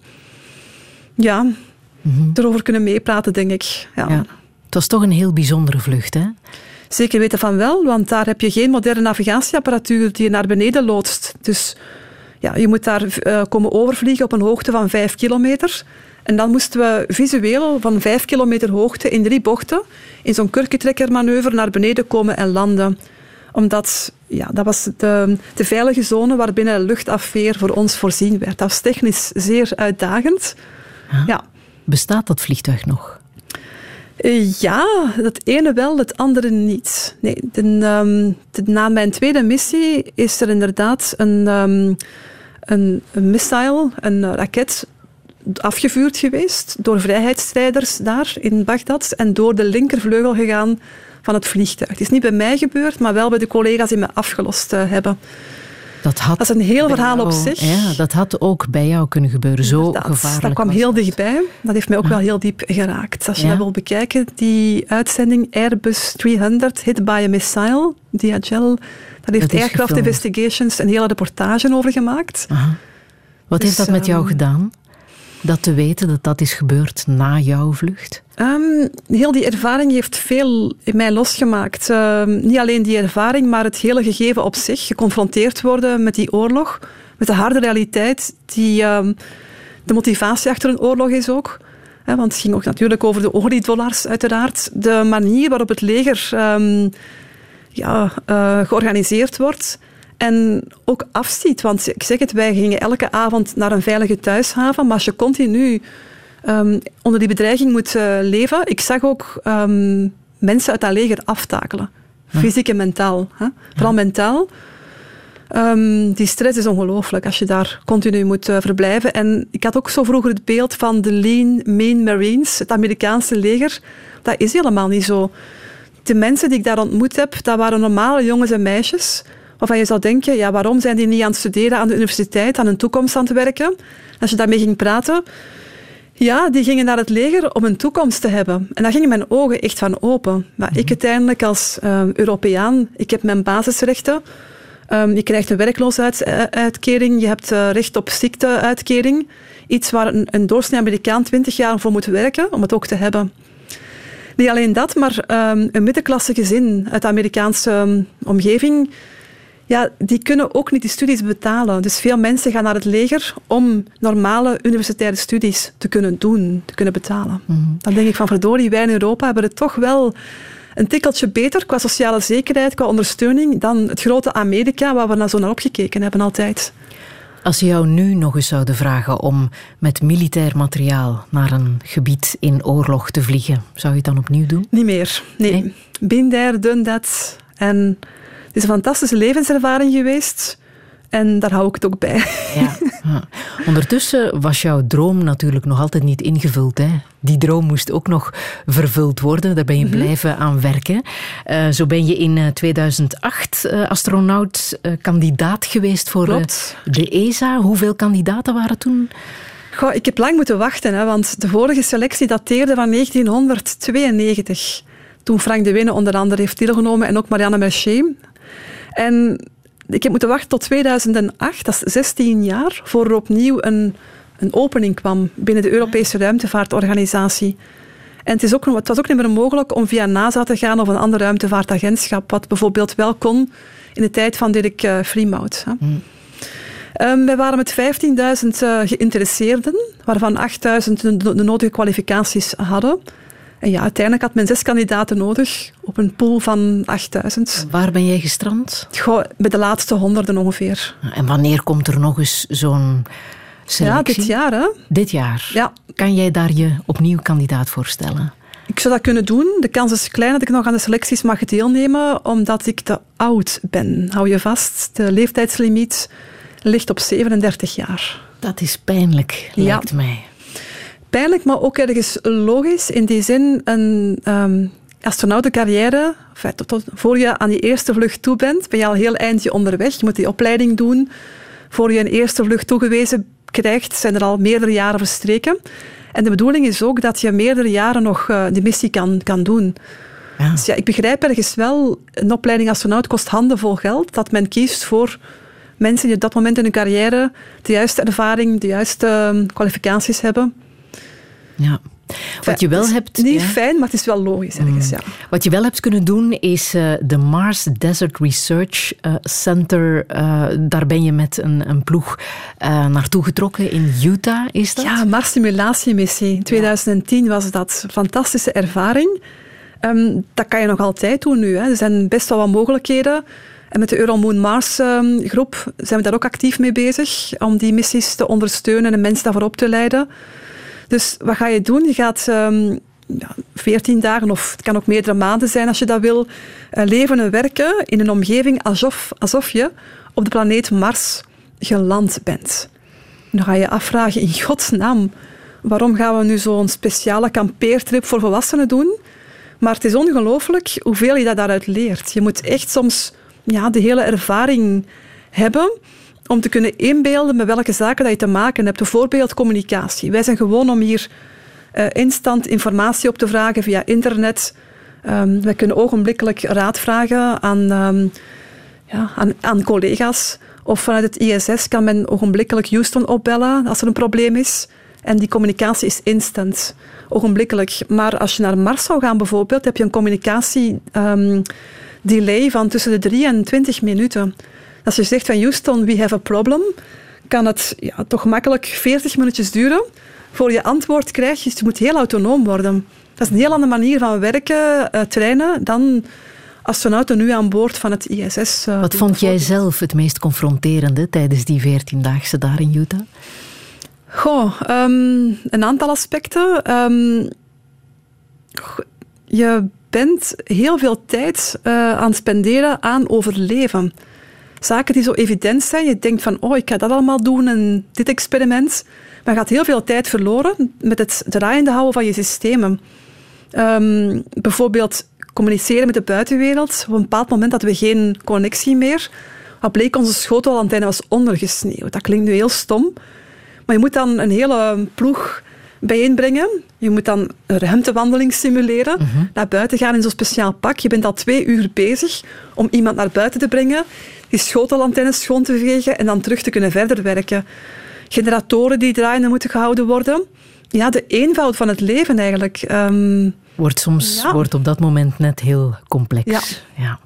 Ja, mm-hmm. erover kunnen meepraten, denk ik. Ja. Ja. Het was toch een heel bijzondere vlucht, hè? Zeker weten van wel, want daar heb je geen moderne navigatieapparatuur die je naar beneden loodst. Dus ja, je moet daar uh, komen overvliegen op een hoogte van vijf kilometer. En dan moesten we visueel van vijf kilometer hoogte in drie bochten in zo'n kurkentrekkermanoeuvre naar beneden komen en landen. Omdat, ja, dat was de, de veilige zone waarbinnen luchtafweer voor ons voorzien werd. Dat was technisch zeer uitdagend. Ja. Ja. Bestaat dat vliegtuig nog? Uh, ja, het ene wel, het andere niet. Nee, de, um, de, na mijn tweede missie is er inderdaad een, um, een, een missile, een raket afgevuurd geweest door vrijheidsstrijders daar in Bagdad en door de linkervleugel gegaan van het vliegtuig. Het is niet bij mij gebeurd, maar wel bij de collega's die me afgelost uh, hebben. Dat, had dat is een heel verhaal jou, op zich. Ja, dat had ook bij jou kunnen gebeuren. Zo dat, gevaarlijk Dat kwam was heel dat. dichtbij. Dat heeft mij ook ja. wel heel diep geraakt. Als je ja. dat wil bekijken, die uitzending Airbus driehonderd, Hit by a Missile, D H L, daar heeft Aircraft gefilmd. Investigations een hele reportage over gemaakt. Aha. Wat dus, heeft dat met jou um, gedaan? Dat te weten dat dat is gebeurd na jouw vlucht? Um, heel die ervaring heeft veel in mij losgemaakt. Um, niet alleen die ervaring, maar het hele gegeven op zich. Geconfronteerd worden met die oorlog, met de harde realiteit, die um, de motivatie achter een oorlog is ook. He, want het ging ook natuurlijk over de oliedollars, uiteraard. De manier waarop het leger um, ja, uh, georganiseerd wordt. En ook afziet, want ik zeg het, wij gingen elke avond naar een veilige thuishaven, maar als je continu um, onder die bedreiging moet uh, leven, ik zag ook um, mensen uit dat leger aftakelen. Ja. Fysiek en mentaal. Hè? Vooral ja. mentaal. Um, die stress is ongelooflijk als je daar continu moet uh, verblijven. En ik had ook zo vroeger het beeld van de Lean Main Marines, het Amerikaanse leger. Dat is helemaal niet zo. De mensen die ik daar ontmoet heb, dat waren normale jongens en meisjes, waarvan je zou denken, ja, waarom zijn die niet aan het studeren aan de universiteit, aan hun toekomst aan het werken? Als je daarmee ging praten, ja, die gingen naar het leger om een toekomst te hebben. En daar gingen mijn ogen echt van open. Maar ik uiteindelijk als um, Europeaan, ik heb mijn basisrechten. Um, je krijgt een werkloosheidsuitkering, je hebt uh, recht op ziekteuitkering. Iets waar een, een doorsnee Amerikaan twintig jaar voor moet werken, om het ook te hebben. Niet alleen dat, maar um, een middenklasse gezin uit de Amerikaanse um, omgeving, ja, die kunnen ook niet die studies betalen. Dus veel mensen gaan naar het leger om normale universitaire studies te kunnen doen, te kunnen betalen. Mm-hmm. Dan denk ik van verdorie, wij in Europa hebben het toch wel een tikkeltje beter qua sociale zekerheid, qua ondersteuning, dan het grote Amerika waar we naar zo naar opgekeken hebben altijd. Als ze jou nu nog eens zouden vragen om met militair materiaal naar een gebied in oorlog te vliegen, zou je het dan opnieuw doen? Niet meer. Nee. nee. Been there, done that. En het is een fantastische levenservaring geweest. En daar hou ik het ook bij. Ja. Ja. Ondertussen was jouw droom natuurlijk nog altijd niet ingevuld. Hè? Die droom moest ook nog vervuld worden. Daar ben je mm-hmm. blijven aan werken. Uh, zo ben je in tweeduizend acht uh, astronaut uh, kandidaat geweest voor uh, de E S A. Hoeveel kandidaten waren toen? Goh, ik heb lang moeten wachten, hè, want de vorige selectie dateerde van negentienhonderdtweeënnegentig. Toen Frank de Winne onder andere heeft deelgenomen en ook Marianne Mercier. En ik heb moeten wachten tot tweeduizend acht, dat is zestien jaar, voor er opnieuw een, een opening kwam binnen de Europese Ruimtevaartorganisatie. En het, is ook, het was ook niet meer mogelijk om via NASA te gaan of een ander ruimtevaartagentschap, wat bijvoorbeeld wel kon in de tijd van Dirk uh, Freemouth. Hmm. Um, wij waren met vijftienduizend uh, geïnteresseerden, waarvan achtduizend de, de nodige kwalificaties hadden. En ja, uiteindelijk had men zes kandidaten nodig op een pool van achtduizend. Waar ben jij gestrand? Goh, bij de laatste honderden ongeveer. En wanneer komt er nog eens zo'n selectie? Ja, dit jaar, hè? Dit jaar? Ja. Kan jij daar je opnieuw kandidaat voor stellen? Ik zou dat kunnen doen. De kans is klein dat ik nog aan de selecties mag deelnemen, omdat ik te oud ben. Hou je vast, de leeftijdslimiet ligt op zevenendertig jaar. Dat is pijnlijk, lijkt ja. mij. Pijnlijk, maar ook ergens logisch. In die zin, een um, astronautencarrière, enfin, tot, tot, voor je aan die eerste vlucht toe bent, ben je al heel eindje onderweg. Je moet die opleiding doen. Voor je een eerste vlucht toegewezen krijgt, zijn er al meerdere jaren verstreken. En de bedoeling is ook dat je meerdere jaren nog uh, die missie kan, kan doen. Ja. Dus ja, ik begrijp ergens wel, een opleiding astronaut kost handenvol geld, dat men kiest voor mensen die op dat moment in hun carrière de juiste ervaring, de juiste uh, kwalificaties hebben. Ja. Wat je wel het is hebt... niet ja. fijn, maar het is wel logisch ergens, mm. ja. Wat je wel hebt kunnen doen, is uh, de Mars Desert Research uh, Center. Uh, daar ben je met een, een ploeg uh, naartoe getrokken in Utah, is dat? Ja, Mars Simulatiemissie. In twintig tien ja. was dat. Fantastische ervaring. Um, dat kan je nog altijd doen nu. Hè. Er zijn best wel wat mogelijkheden. En met de Euromoon Mars um, groep zijn we daar ook actief mee bezig. Om die missies te ondersteunen en mensen daarvoor op te leiden. Dus wat ga je doen? Je gaat um, ja, veertien dagen, of het kan ook meerdere maanden zijn als je dat wil, uh, leven en werken in een omgeving alsof, alsof je op de planeet Mars geland bent. Dan ga je je afvragen, in godsnaam, waarom gaan we nu zo'n speciale kampeertrip voor volwassenen doen? Maar het is ongelooflijk hoeveel je dat daaruit leert. Je moet echt soms ja, de hele ervaring hebben om te kunnen inbeelden met welke zaken dat je te maken hebt. Bijvoorbeeld communicatie. Wij zijn gewoon om hier uh, instant informatie op te vragen via internet. Um, wij kunnen ogenblikkelijk raad vragen aan, um, ja, aan, aan collega's. Of vanuit het I S S kan men ogenblikkelijk Houston opbellen als er een probleem is. En die communicatie is instant, ogenblikkelijk. Maar als je naar Mars zou gaan bijvoorbeeld, heb je een communicatie um, delay van tussen de drie en twintig minuten. Als je zegt van Houston, we have a problem, kan het ja, toch makkelijk veertig minuutjes duren voor je antwoord krijgt. Dus je moet heel autonoom worden. Dat is een heel andere manier van werken, uh, trainen, dan astronauten nu aan boord van het I S S. Uh, Wat vond jij zelf het meest confronterende tijdens die veertiendaagse daar in Utah? Goh, um, een aantal aspecten. Um, je bent heel veel tijd uh, aan het spenderen aan overleven. Zaken die zo evident zijn. Je denkt van, oh, ik ga dat allemaal doen en dit experiment. Maar je gaat heel veel tijd verloren met het draaiende houden van je systemen. Um, bijvoorbeeld communiceren met de buitenwereld. Op een bepaald moment hadden we geen connectie meer. Wat bleek, onze schotelantenne was ondergesneeuwd. Dat klinkt nu heel stom. Maar je moet dan een hele ploeg bijeenbrengen. Je moet dan een ruimtewandeling simuleren. Mm-hmm. Naar buiten gaan in zo'n speciaal pak. Je bent al twee uur bezig om iemand naar buiten te brengen. Die schotelantennes schoon te vegen en dan terug te kunnen verder werken. Generatoren die draaiende moeten gehouden worden. Ja, de eenvoud van het leven eigenlijk. Um, wordt soms ja. wordt op dat moment net heel complex. Ja. ja.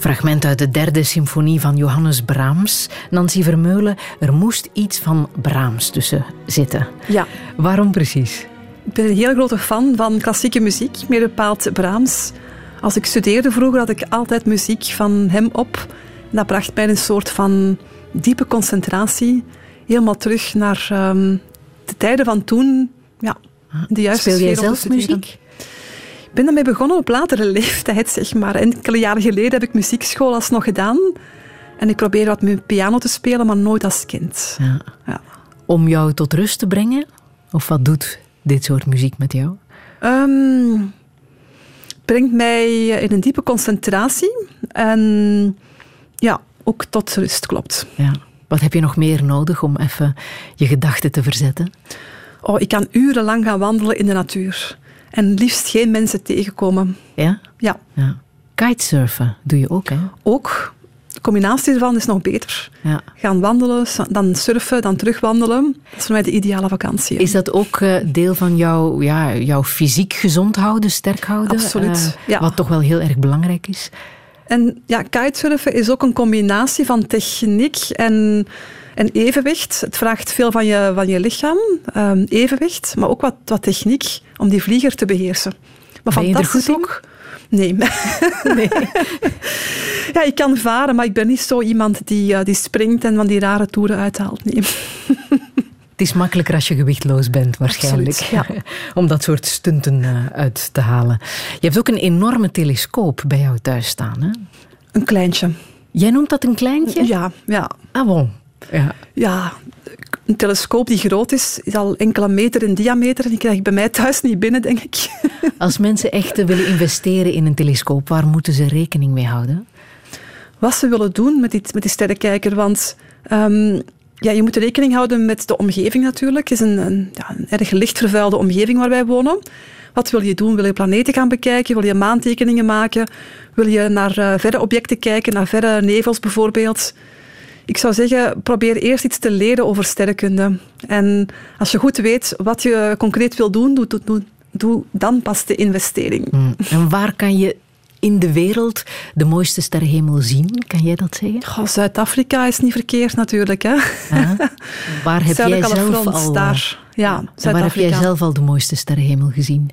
fragment uit de derde symfonie van Johannes Brahms. Nancy Vermeulen, er moest iets van Brahms tussen zitten. Ja. Waarom precies? Ik ben een heel grote fan van klassieke muziek, meer bepaald Brahms. Als ik studeerde vroeger had ik altijd muziek van hem op. En dat bracht mij een soort van diepe concentratie. Helemaal terug naar um, de tijden van toen. Ja, de juiste Speel jij sfeer om te zelf studeren. muziek? Ik ben daarmee begonnen op latere leeftijd, zeg maar. Enkele jaren geleden heb ik muziekschool alsnog gedaan. En ik probeer wat met piano te spelen, maar nooit als kind. Ja. Ja. Om jou tot rust te brengen? Of wat doet dit soort muziek met jou? Um, brengt mij in een diepe concentratie. En ja, ook tot rust, klopt. Ja. Wat heb je nog meer nodig om even je gedachten te verzetten? Oh, ik kan urenlang gaan wandelen in de natuur. En liefst geen mensen tegenkomen. Ja? Ja. Ja. Kitesurfen doe je ook, hè? Ook. De combinatie ervan is nog beter. Ja. Gaan wandelen, dan surfen, dan terugwandelen. Dat is voor mij de ideale vakantie. Is dat ook uh, deel van jouw, ja, jouw fysiek gezond houden, sterk houden? Absoluut, Uh, ja. Wat toch wel heel erg belangrijk is? En ja, kitesurfen is ook een combinatie van techniek en, en evenwicht. Het vraagt veel van je, van je lichaam, um, evenwicht, maar ook wat, wat techniek om die vlieger te beheersen. Maar ben je er goed in? Ook. Nee. nee. Ja, ik kan varen, maar ik ben niet zo iemand die, uh, die springt en van die rare toeren uithaalt. Nee. Het is makkelijker als je gewichtloos bent, waarschijnlijk. Absoluut, ja. Om dat soort stunten uh, uit te halen. Je hebt ook een enorme telescoop bij jou thuis staan, hè? Een kleintje. Jij noemt dat een kleintje? Ja, ja. Ah, bon. Ja. Ja, een telescoop die groot is, is al enkele meter in diameter. En die krijg ik bij mij thuis niet binnen, denk ik. Als mensen echt willen investeren in een telescoop, waar moeten ze rekening mee houden? Wat ze willen doen met die, met die sterrenkijker, want um, ja, je moet rekening houden met de omgeving natuurlijk. Het is een, een, ja, een erg licht vervuilde omgeving waar wij wonen. Wat wil je doen? Wil je planeten gaan bekijken? Wil je maantekeningen maken? Wil je naar uh, verre objecten kijken, naar verre nevels bijvoorbeeld? Ik zou zeggen, probeer eerst iets te leren over sterrenkunde. En als je goed weet wat je concreet wil doen, doe, doe, doe, doe dan pas de investering. Hmm. En waar kan je in de wereld de mooiste sterrenhemel zien? Kan jij dat zeggen? Goh, Zuid-Afrika is niet verkeerd natuurlijk. Hè? Ah, waar heb jij zelf al, daar. Ja, en waar heb jij zelf al de mooiste sterrenhemel gezien?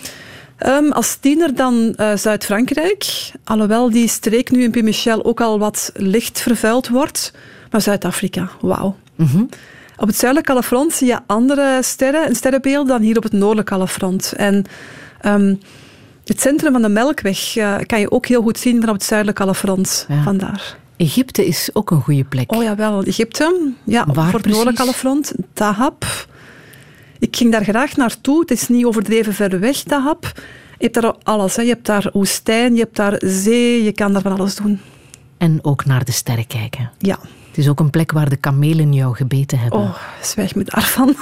Um, als tiener dan uh, Zuid-Frankrijk. Alhoewel die streek nu in Pimichel ook al wat licht vervuild wordt. Maar Zuid-Afrika, wauw. Mm-hmm. Op het zuidelijke halfrond zie je andere sterren en sterrenbeelden dan hier op het noordelijke halfrond. En um, het centrum van de Melkweg uh, kan je ook heel goed zien vanaf het zuidelijke halfrond. Ja. Vandaar. Egypte is ook een goede plek. Oh jawel, Egypte. Ja, Waar voor het precies? noordelijke halfrond. Dahab. Ik ging daar graag naartoe. Het is niet overdreven ver weg, Dahab. Je hebt daar alles. Hè. Je hebt daar woestijn, je hebt daar zee. Je kan daar van alles doen. En ook naar de sterren kijken. Ja. Het is ook een plek waar de kamelen jou gebeten hebben. Oh, zwijg me daarvan.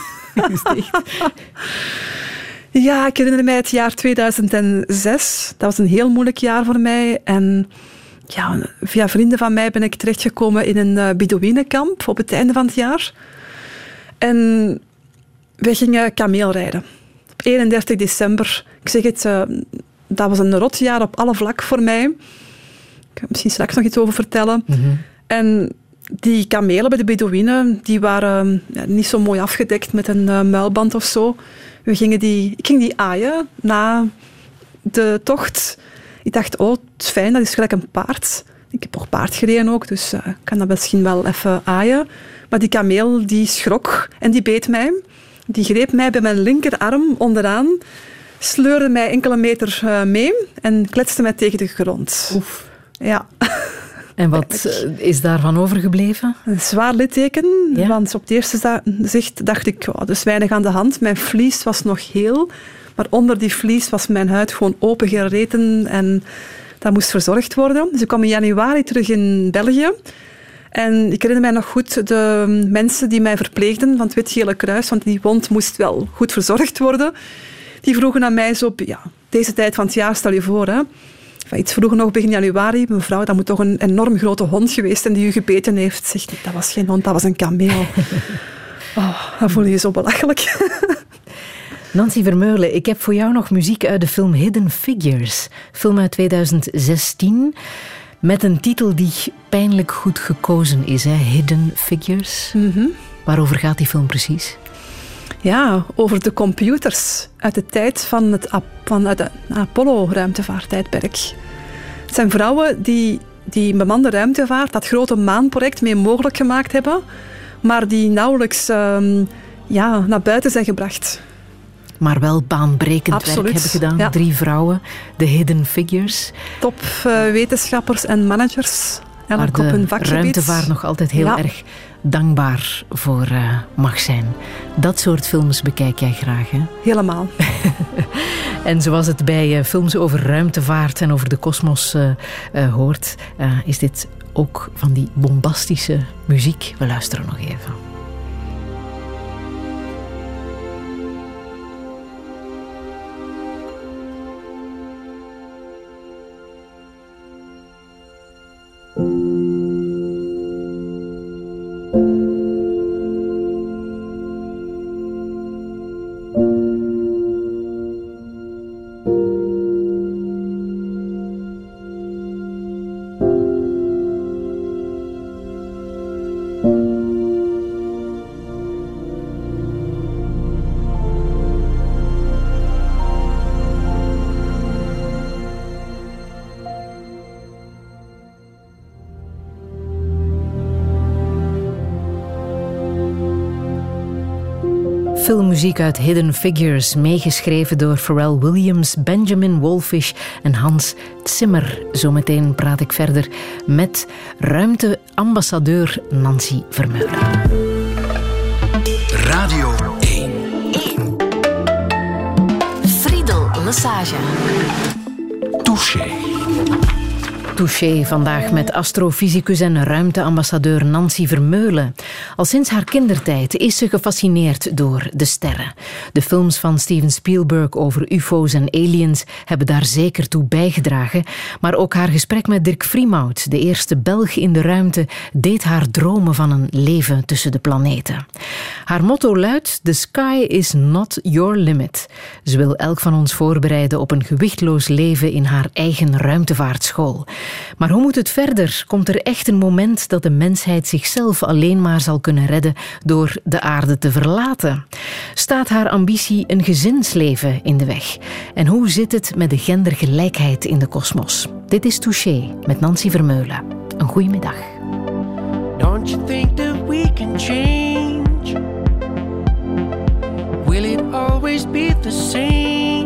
Ja, ik herinner mij het jaar tweeduizend zes. Dat was een heel moeilijk jaar voor mij. En ja, via vrienden van mij ben ik terechtgekomen in een uh, Bedouinenkamp op het einde van het jaar. En we gingen kameelrijden. Op eenendertig december. Ik zeg het, uh, dat was een rot jaar op alle vlak voor mij. Ik kan er misschien straks nog iets over vertellen. Mm-hmm. En die kamelen bij de Bedouinen, die waren ja, niet zo mooi afgedekt met een uh, muilband of zo. We gingen die, ik ging die aaien na de tocht. Ik dacht, oh, het is fijn, dat is gelijk een paard. Ik heb ook paard gereden ook, dus ik uh, kan dat misschien wel even aaien. Maar die kameel, die schrok en die beet mij. Die greep mij bij mijn linkerarm onderaan, sleurde mij enkele meter uh, mee en kletste mij tegen de grond. Oef. Ja. En wat uh, is daarvan overgebleven? Een zwaar litteken, Ja? want op het eerste zicht dacht ik, oh, er is weinig aan de hand. Mijn vlies was nog heel, maar onder die vlies was mijn huid gewoon opengereten en dat moest verzorgd worden. Dus ik kwam in januari terug in België. En ik herinner mij nog goed de mensen die mij verpleegden van het Wit-Gele Kruis, want die wond moest wel goed verzorgd worden. Die vroegen aan mij zo, ja, deze tijd van het jaar, stel je voor, hè. Enfin, iets vroeger nog, begin januari, mevrouw, dat moet toch een enorm grote hond geweest zijn die u gebeten heeft. Zegt, dat was geen hond, dat was een kameel. Oh, dan voel je je zo belachelijk. Nancy Vermeulen, ik heb voor jou nog muziek uit de film Hidden Figures. Film uit tweeduizend zestien. Met een titel die pijnlijk goed gekozen is, hè? Hidden Figures. Mm-hmm. Waarover gaat die film precies? Ja, over de computers uit de tijd van het, van het Apollo-ruimtevaarttijdperk. Het zijn vrouwen die die bemande ruimtevaart, dat grote maanproject, mee mogelijk gemaakt hebben, maar die nauwelijks um, ja, naar buiten zijn gebracht. Maar wel baanbrekend Absoluut. werk hebben gedaan. Ja. Drie vrouwen, de Hidden Figures. Top uh, wetenschappers en managers. En waar ook op hun vakgebied. De ruimtevaart nog altijd heel ja. erg dankbaar voor uh, mag zijn. Dat soort films bekijk jij graag, hè? Helemaal. En zoals het bij uh, films over ruimtevaart en over de kosmos uh, uh, hoort, uh, is dit ook van die bombastische muziek. We luisteren nog even. Filmmuziek uit Hidden Figures, meegeschreven door Pharrell Williams, Benjamin Wolfish en Hans Zimmer. Zometeen praat ik verder met ruimteambassadeur Nancy Vermeulen. Radio één. Friedel Lesage. Touché. Touché vandaag met astrofysicus en ruimteambassadeur Nancy Vermeulen. Al sinds haar kindertijd is ze gefascineerd door de sterren. De films van Steven Spielberg over ufo's en aliens hebben daar zeker toe bijgedragen. Maar ook haar gesprek met Dirk Friemout, de eerste Belg in de ruimte, deed haar dromen van een leven tussen de planeten. Haar motto luidt: The sky is not your limit. Ze wil elk van ons voorbereiden op een gewichtloos leven in haar eigen ruimtevaartschool. Maar hoe moet het verder? Komt er echt een moment dat de mensheid zichzelf alleen maar zal kunnen redden door de aarde te verlaten? Staat haar ambitie een gezinsleven in de weg? En hoe zit het met de gendergelijkheid in de kosmos? Dit is Touché met Nancy Vermeulen. Een goeie middag. Don't you think that we can change? Will it always be the same?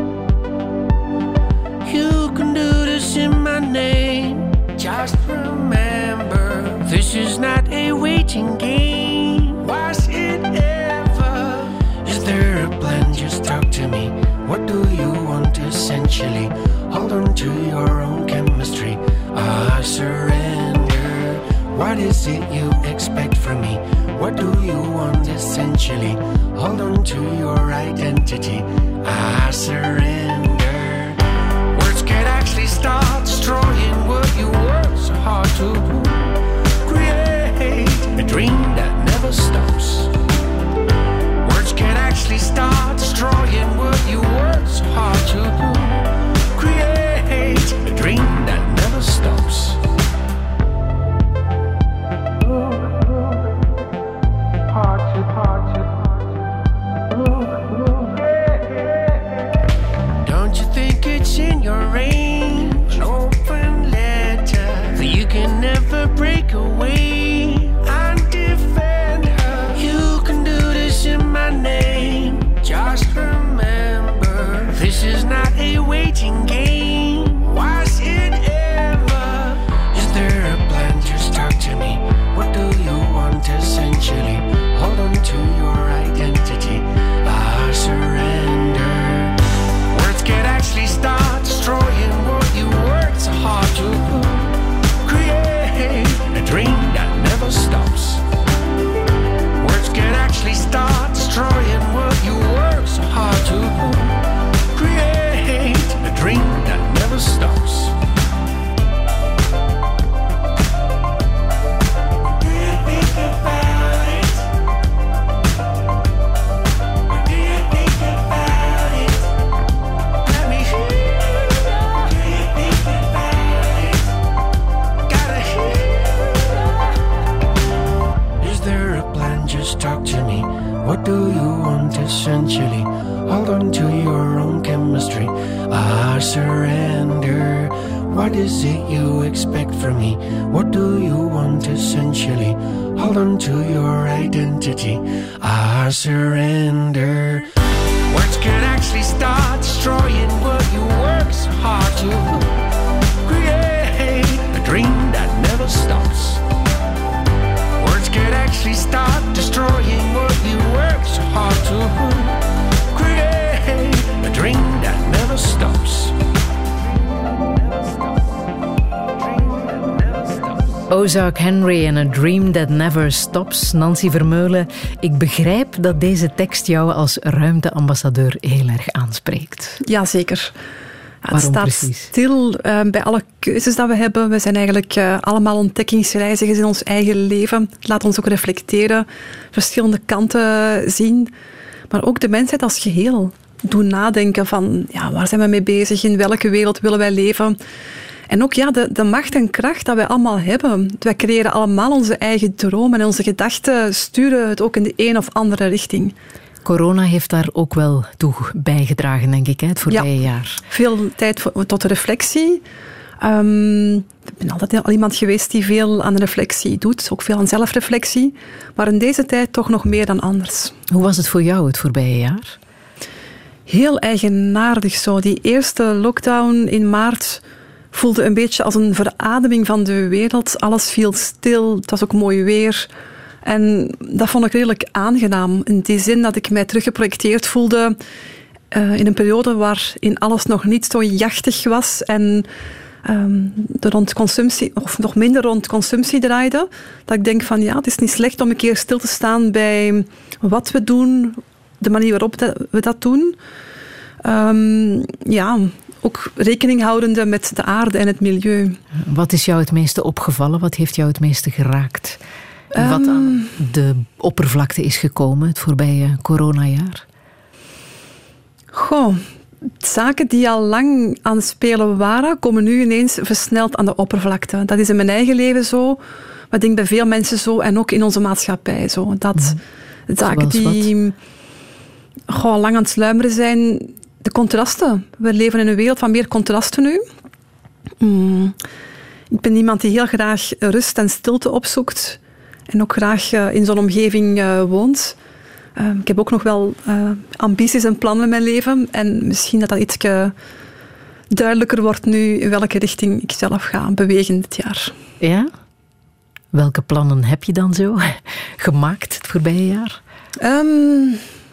You can do this in my name. Just remember, this is not a waiting game. Was it ever? Is there a plan? Just talk to me. What do you want essentially? Hold on to your own chemistry. I surrender. What is it you expect from me? What do you want essentially? Hold on to your identity. I surrender. Can actually start destroying what you work so hard to create a dream that never stops. Words can actually start destroying what you work so hard to create a dream that never stops. Hard to, hard to, don't you think it's in your range? An open letter that you can never break away and defend her. You can do this in my name. Just remember, this is not a waiting game. Was it ever? Is there a plan? Just talk to me. What do you want essentially? Hold on to me? What do you want essentially? Hold on to your own chemistry. I surrender. What is it you expect from me? What do you want essentially? Hold on to your identity. I surrender. Words can actually start destroying what you work so hard to create. A dream that never stops. Words can actually start destroying what you work so hard to create. A dream that never stops. Ozark Henry en A Dream That Never Stops. Nancy Vermeulen, ik begrijp dat deze tekst jou als ruimteambassadeur heel erg aanspreekt. Jazeker. Ja, het Waarom staat precies? stil uh, bij alle keuzes dat we hebben. We zijn eigenlijk uh, allemaal ontdekkingsreizigers in ons eigen leven. Laat ons ook reflecteren, verschillende kanten zien. Maar ook de mensheid als geheel. Doen nadenken van, ja, waar zijn we mee bezig? In welke wereld willen wij leven? En ook ja, de, de macht en kracht dat wij allemaal hebben. Wij creëren allemaal onze eigen dromen en onze gedachten sturen het ook in de een of andere richting. Corona heeft daar ook wel toe bijgedragen, denk ik, hè, het voorbije ja, jaar. Veel tijd voor, tot reflectie. Um, ik ben altijd al iemand geweest die veel aan reflectie doet, ook veel aan zelfreflectie. Maar in deze tijd toch nog meer dan anders. Hoe was het voor jou het voorbije jaar? Heel eigenaardig zo. Die eerste lockdown in maart voelde een beetje als een verademing van de wereld. Alles viel stil, het was ook mooi weer. En dat vond ik redelijk aangenaam. In die zin dat ik mij teruggeprojecteerd voelde uh, in een periode waarin alles nog niet zo jachtig was en um, de rond consumptie, of nog minder rond consumptie draaide. Dat ik denk van ja, het is niet slecht om een keer stil te staan bij wat we doen, de manier waarop dat we dat doen. Um, ja... Ook rekening houdende met de aarde en het milieu. Wat is jou het meeste opgevallen? Wat heeft jou het meeste geraakt? Um, Wat aan de oppervlakte is gekomen het voorbije coronajaar? Goh, zaken die al lang aan het spelen waren, komen nu ineens versneld aan de oppervlakte. Dat is in mijn eigen leven zo, maar ik denk bij veel mensen zo en ook in onze maatschappij zo. Dat mm. zaken die goh, lang aan het sluimeren zijn. De contrasten. We leven in een wereld van meer contrasten nu. Mm. Ik ben iemand die heel graag rust en stilte opzoekt. En ook graag uh, in zo'n omgeving uh, woont. Uh, ik heb ook nog wel uh, ambities en plannen in mijn leven. En misschien dat dat iets duidelijker wordt nu in welke richting ik zelf ga bewegen dit jaar. Ja? Welke plannen heb je dan zo gemaakt het voorbije jaar? Um,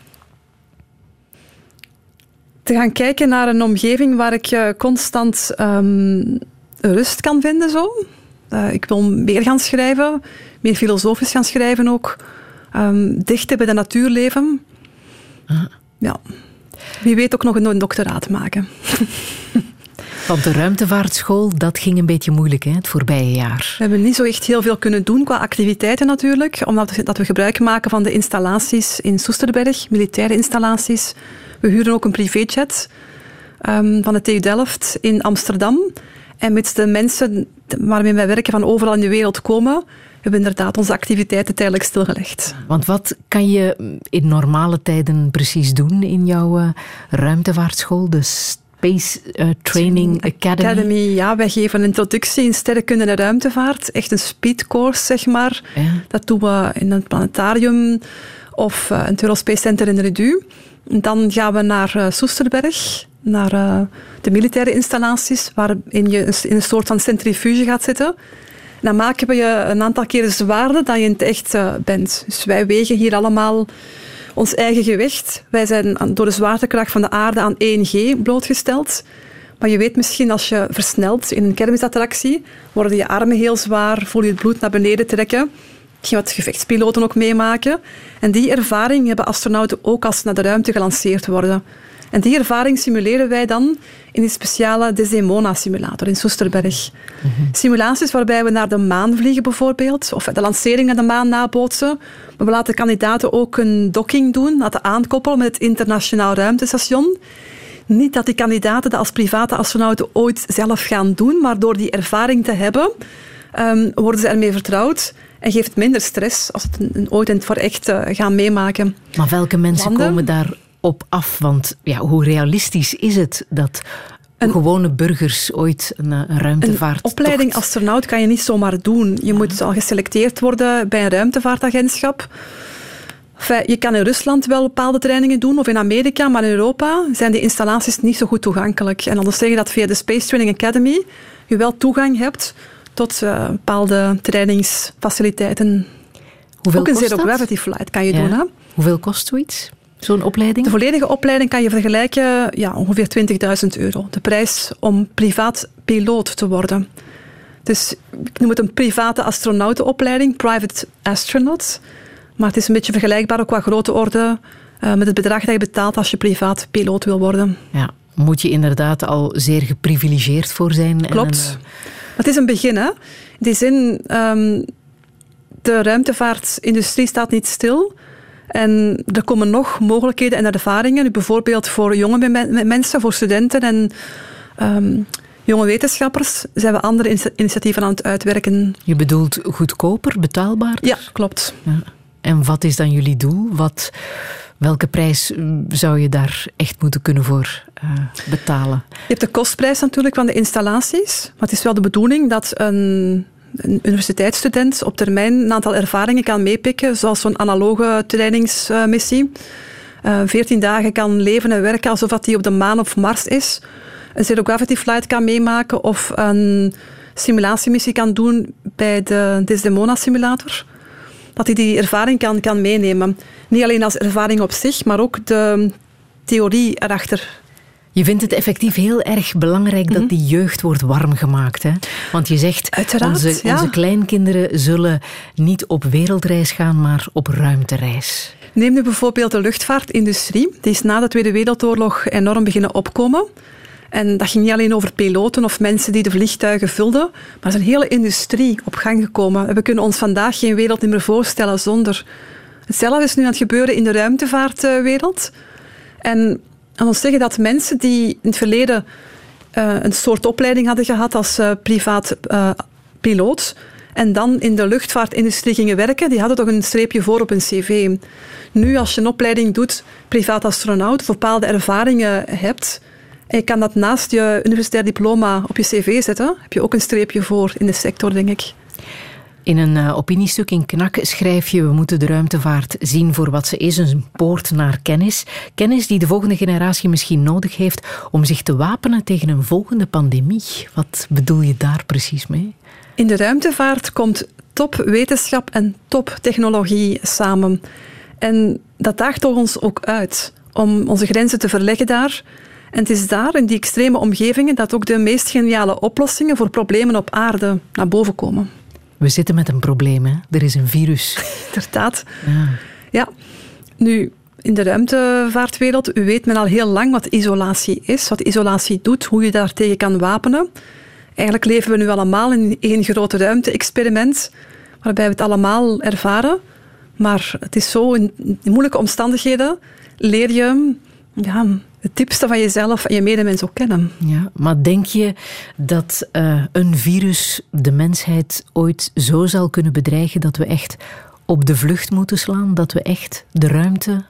te gaan kijken naar een omgeving waar ik uh, constant um, rust kan vinden. Zo. Uh, ik wil meer gaan schrijven, meer filosofisch gaan schrijven ook. Um, dichter bij de natuur leven. Ah. Ja. Wie weet ook nog een, een doctoraat maken. Want de ruimtevaartschool, dat ging een beetje moeilijk, hè, het voorbije jaar. We hebben niet zo echt heel veel kunnen doen qua activiteiten natuurlijk, omdat we, dat we gebruik maken van de installaties in Soesterberg, militaire installaties. We huren ook een privéjet um, van de T U Delft in Amsterdam. En met de mensen waarmee wij werken van overal in de wereld komen, hebben we inderdaad onze activiteiten tijdelijk stilgelegd. Want wat kan je in normale tijden precies doen in jouw uh, ruimtevaartschool, de Space uh, Training Academy? Academy? Ja, wij geven een introductie in sterrenkunde en ruimtevaart. Echt een speedcourse, zeg maar. Ja. Dat doen we in een planetarium of uh, het Eurospace Center in Redu. Dan gaan we naar uh, Soesterberg, naar uh, de militaire installaties, waarin je in een soort van centrifuge gaat zitten. Dan maken we je een aantal keren zwaarder dan je in het echt uh, bent. Dus wij wegen hier allemaal ons eigen gewicht. Wij zijn door de zwaartekracht van de aarde aan één G blootgesteld. Maar je weet misschien, als je versnelt in een kermisattractie, worden je armen heel zwaar, voel je het bloed naar beneden trekken. Hetgeen wat gevechtspiloten ook meemaken. En die ervaring hebben astronauten ook als ze naar de ruimte gelanceerd worden. En die ervaring simuleren wij dan in die speciale Desdemona-simulator in Soesterberg. Mm-hmm. Simulaties waarbij we naar de maan vliegen bijvoorbeeld, of de lancering naar de maan nabootsen. Maar we laten kandidaten ook een docking doen, laten aankoppelen met het internationaal ruimtestation. Niet dat die kandidaten dat als private astronauten ooit zelf gaan doen, maar door die ervaring te hebben, um, worden ze ermee vertrouwd. En geeft het minder stress als het een, een ooit en voor echt uh, gaan meemaken. Maar welke mensen Landen? komen daarop af? Want ja, hoe realistisch is het dat Een, gewone burgers ooit een, een ruimtevaart... Een opleiding astronaut kan je niet zomaar doen. Je ja. moet al geselecteerd worden bij een ruimtevaartagentschap. Enfin, je kan in Rusland wel bepaalde trainingen doen, of in Amerika, maar in Europa zijn die installaties niet zo goed toegankelijk. En dat wil zeggen dat via de Space Training Academy je wel toegang hebt tot uh, bepaalde trainingsfaciliteiten. Hoeveel Ook een kost zero dat? gravity flight kan je ja. doen. Hè? Hoeveel kost zoiets? Zo'n opleiding? De volledige opleiding kan je vergelijken, ja, ongeveer twintigduizend euro. De prijs om privaat piloot te worden. Dus ik noem het een private astronautenopleiding, private astronaut. Maar het is een beetje vergelijkbaar ook qua grote orde uh, met het bedrag dat je betaalt als je privaat piloot wil worden. Ja, moet je inderdaad al zeer geprivilegeerd voor zijn. Klopt. En een, uh... Het is een begin, hè. In die zin, um, de ruimtevaartindustrie staat niet stil. En er komen nog mogelijkheden en ervaringen, bijvoorbeeld voor jonge me- mensen, voor studenten en um, jonge wetenschappers, zijn we andere in- initiatieven aan het uitwerken. Je bedoelt goedkoper, betaalbaarder? Ja, klopt. Ja. En wat is dan jullie doel? Wat, welke prijs zou je daar echt moeten kunnen voor uh, betalen? Je hebt de kostprijs natuurlijk van de installaties, maar het is wel de bedoeling dat een... een universiteitsstudent op termijn een aantal ervaringen kan meepikken, zoals zo'n analoge trainingsmissie. Uh, veertien dagen kan leven en werken alsof hij op de maan of Mars is. Een zero gravity flight kan meemaken of een simulatiemissie kan doen bij de Desdemona simulator. Dat hij die ervaring kan, kan meenemen. Niet alleen als ervaring op zich, maar ook de theorie erachter. Je vindt het effectief heel erg belangrijk mm-hmm. dat die jeugd wordt warm gemaakt. Hè? Want je zegt, Uiteraard, onze, ja. onze kleinkinderen zullen niet op wereldreis gaan, maar op ruimtereis. Neem nu bijvoorbeeld de luchtvaartindustrie. Die is na de Tweede Wereldoorlog enorm beginnen opkomen. En dat ging niet alleen over piloten of mensen die de vliegtuigen vulden, maar er is een hele industrie op gang gekomen. We kunnen ons vandaag geen wereld meer voorstellen zonder. Hetzelfde is nu aan het gebeuren in de ruimtevaartwereld. En aan ons zeggen dat mensen die in het verleden uh, een soort opleiding hadden gehad als uh, privaat uh, piloot en dan in de luchtvaartindustrie gingen werken, die hadden toch een streepje voor op hun cv. Nu, als je een opleiding doet, privaat astronaut, of bepaalde ervaringen hebt, en je kan dat naast je universitair diploma op je cv zetten, heb je ook een streepje voor in de sector, denk ik. In een uh, opiniestuk in Knak schrijf je: we moeten de ruimtevaart zien voor wat ze is, een poort naar kennis. Kennis die de volgende generatie misschien nodig heeft om zich te wapenen tegen een volgende pandemie. Wat bedoel je daar precies mee? In de ruimtevaart komt topwetenschap en toptechnologie samen. En dat daagt ons ook uit om onze grenzen te verleggen daar. En het is daar, in die extreme omgevingen, dat ook de meest geniale oplossingen voor problemen op aarde naar boven komen. We zitten met een probleem, hè? Er is een virus. Inderdaad. Ja. Ja. Nu, in de ruimtevaartwereld weet men al heel lang wat isolatie is, wat isolatie doet, hoe je daartegen kan wapenen. Eigenlijk leven we nu allemaal in één groot ruimte-experiment, waarbij we het allemaal ervaren. Maar het is zo, in moeilijke omstandigheden leer je ja, het diepste van jezelf en je medemens ook kennen. Ja, maar denk je dat uh, een virus de mensheid ooit zo zal kunnen bedreigen dat we echt op de vlucht moeten slaan? Dat we echt de ruimte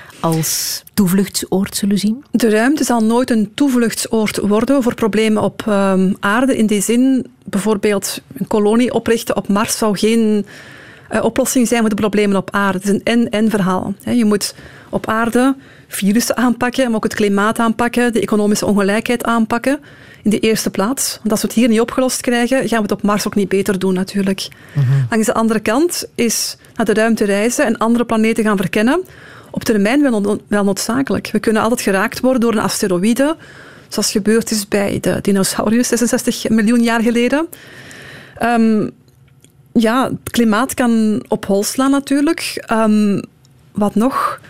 als toevluchtsoord zullen zien? De ruimte zal nooit een toevluchtsoord worden voor problemen op um, aarde. In die zin, bijvoorbeeld een kolonie oprichten op Mars zou geen uh, oplossing zijn voor de problemen op aarde. Het is een en-en verhaal. Je moet op aarde virussen aanpakken, maar ook het klimaat aanpakken, de economische ongelijkheid aanpakken in de eerste plaats. Want als we het hier niet opgelost krijgen, gaan we het op Mars ook niet beter doen natuurlijk. Mm-hmm. Langs de andere kant is naar de ruimte reizen en andere planeten gaan verkennen op termijn wel, wel noodzakelijk. We kunnen altijd geraakt worden door een asteroïde, zoals gebeurd is bij de dinosauriërs zesenzestig miljoen jaar geleden. Um, ja, het klimaat kan op hol slaan natuurlijk. Um, wat nog?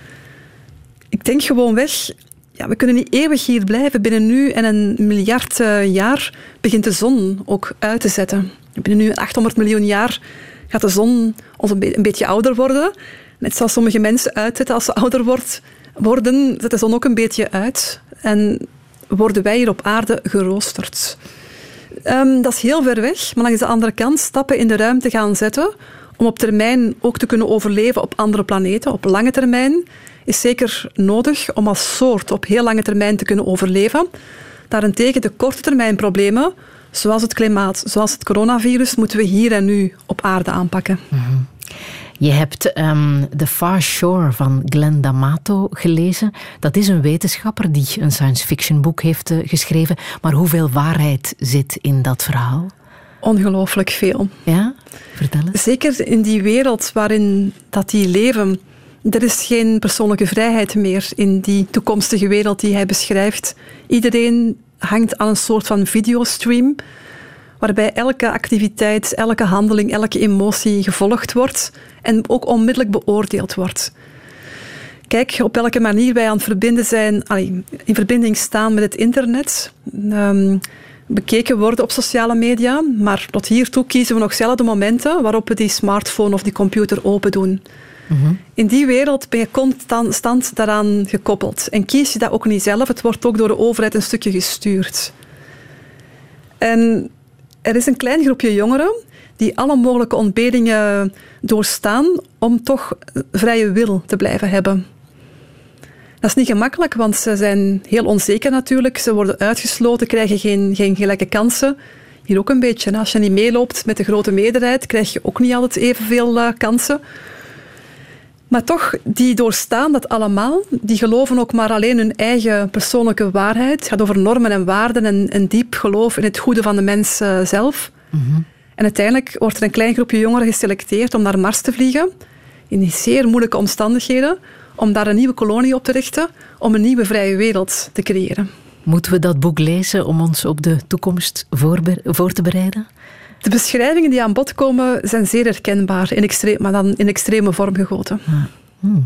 Ik denk gewoon weg, ja, we kunnen niet eeuwig hier blijven. Binnen nu en een miljard uh, jaar begint de zon ook uit te zetten. Binnen nu achthonderd miljoen jaar gaat de zon ons een, be- een beetje ouder worden. Net zoals sommige mensen uitzetten als ze ouder wordt, worden, zet de zon ook een beetje uit. En worden wij hier op aarde geroosterd. Um, dat is heel ver weg, maar langs de andere kant stappen in de ruimte gaan zetten om op termijn ook te kunnen overleven op andere planeten, op lange termijn, is zeker nodig om als soort op heel lange termijn te kunnen overleven. Daarentegen de korte termijn problemen, zoals het klimaat, zoals het coronavirus, moeten we hier en nu op aarde aanpakken. Mm-hmm. Je hebt um, The Far Shore van Glenn D'Amato gelezen. Dat is een wetenschapper die een science fiction boek heeft uh, geschreven. Maar hoeveel waarheid zit in dat verhaal? Ongelooflijk veel. Ja? Vertel eens. Zeker in die wereld waarin dat die leven. Er is geen persoonlijke vrijheid meer in die toekomstige wereld die hij beschrijft. Iedereen hangt aan een soort van videostream, waarbij elke activiteit, elke handeling, elke emotie gevolgd wordt en ook onmiddellijk beoordeeld wordt. Kijk op welke manier wij aan het verbinden zijn, allee, in verbinding staan met het internet, um, bekeken worden op sociale media, maar tot hiertoe kiezen we nog zelden de momenten waarop we die smartphone of die computer open doen. Mm-hmm. In die wereld ben je constant daaraan gekoppeld. En kies je dat ook niet zelf, het wordt ook door de overheid een stukje gestuurd. En er is een klein groepje jongeren die alle mogelijke ontberingen doorstaan om toch vrije wil te blijven hebben. Dat is niet gemakkelijk, want ze zijn heel onzeker natuurlijk. Ze worden uitgesloten, krijgen geen, geen gelijke kansen. Hier ook een beetje. Als je niet meeloopt met de grote meerderheid, krijg je ook niet altijd evenveel uh, kansen. Maar toch, die doorstaan dat allemaal. Die geloven ook maar alleen hun eigen persoonlijke waarheid. Het gaat over normen en waarden en een diep geloof in het goede van de mens uh, zelf. Mm-hmm. En uiteindelijk wordt er een klein groepje jongeren geselecteerd om naar Mars te vliegen. In zeer moeilijke omstandigheden. Om daar een nieuwe kolonie op te richten. Om een nieuwe vrije wereld te creëren. Moeten we dat boek lezen om ons op de toekomst voorbe- voor te bereiden? De beschrijvingen die aan bod komen zijn zeer herkenbaar, in extre- maar dan in extreme vorm gegoten. Ah. Hmm.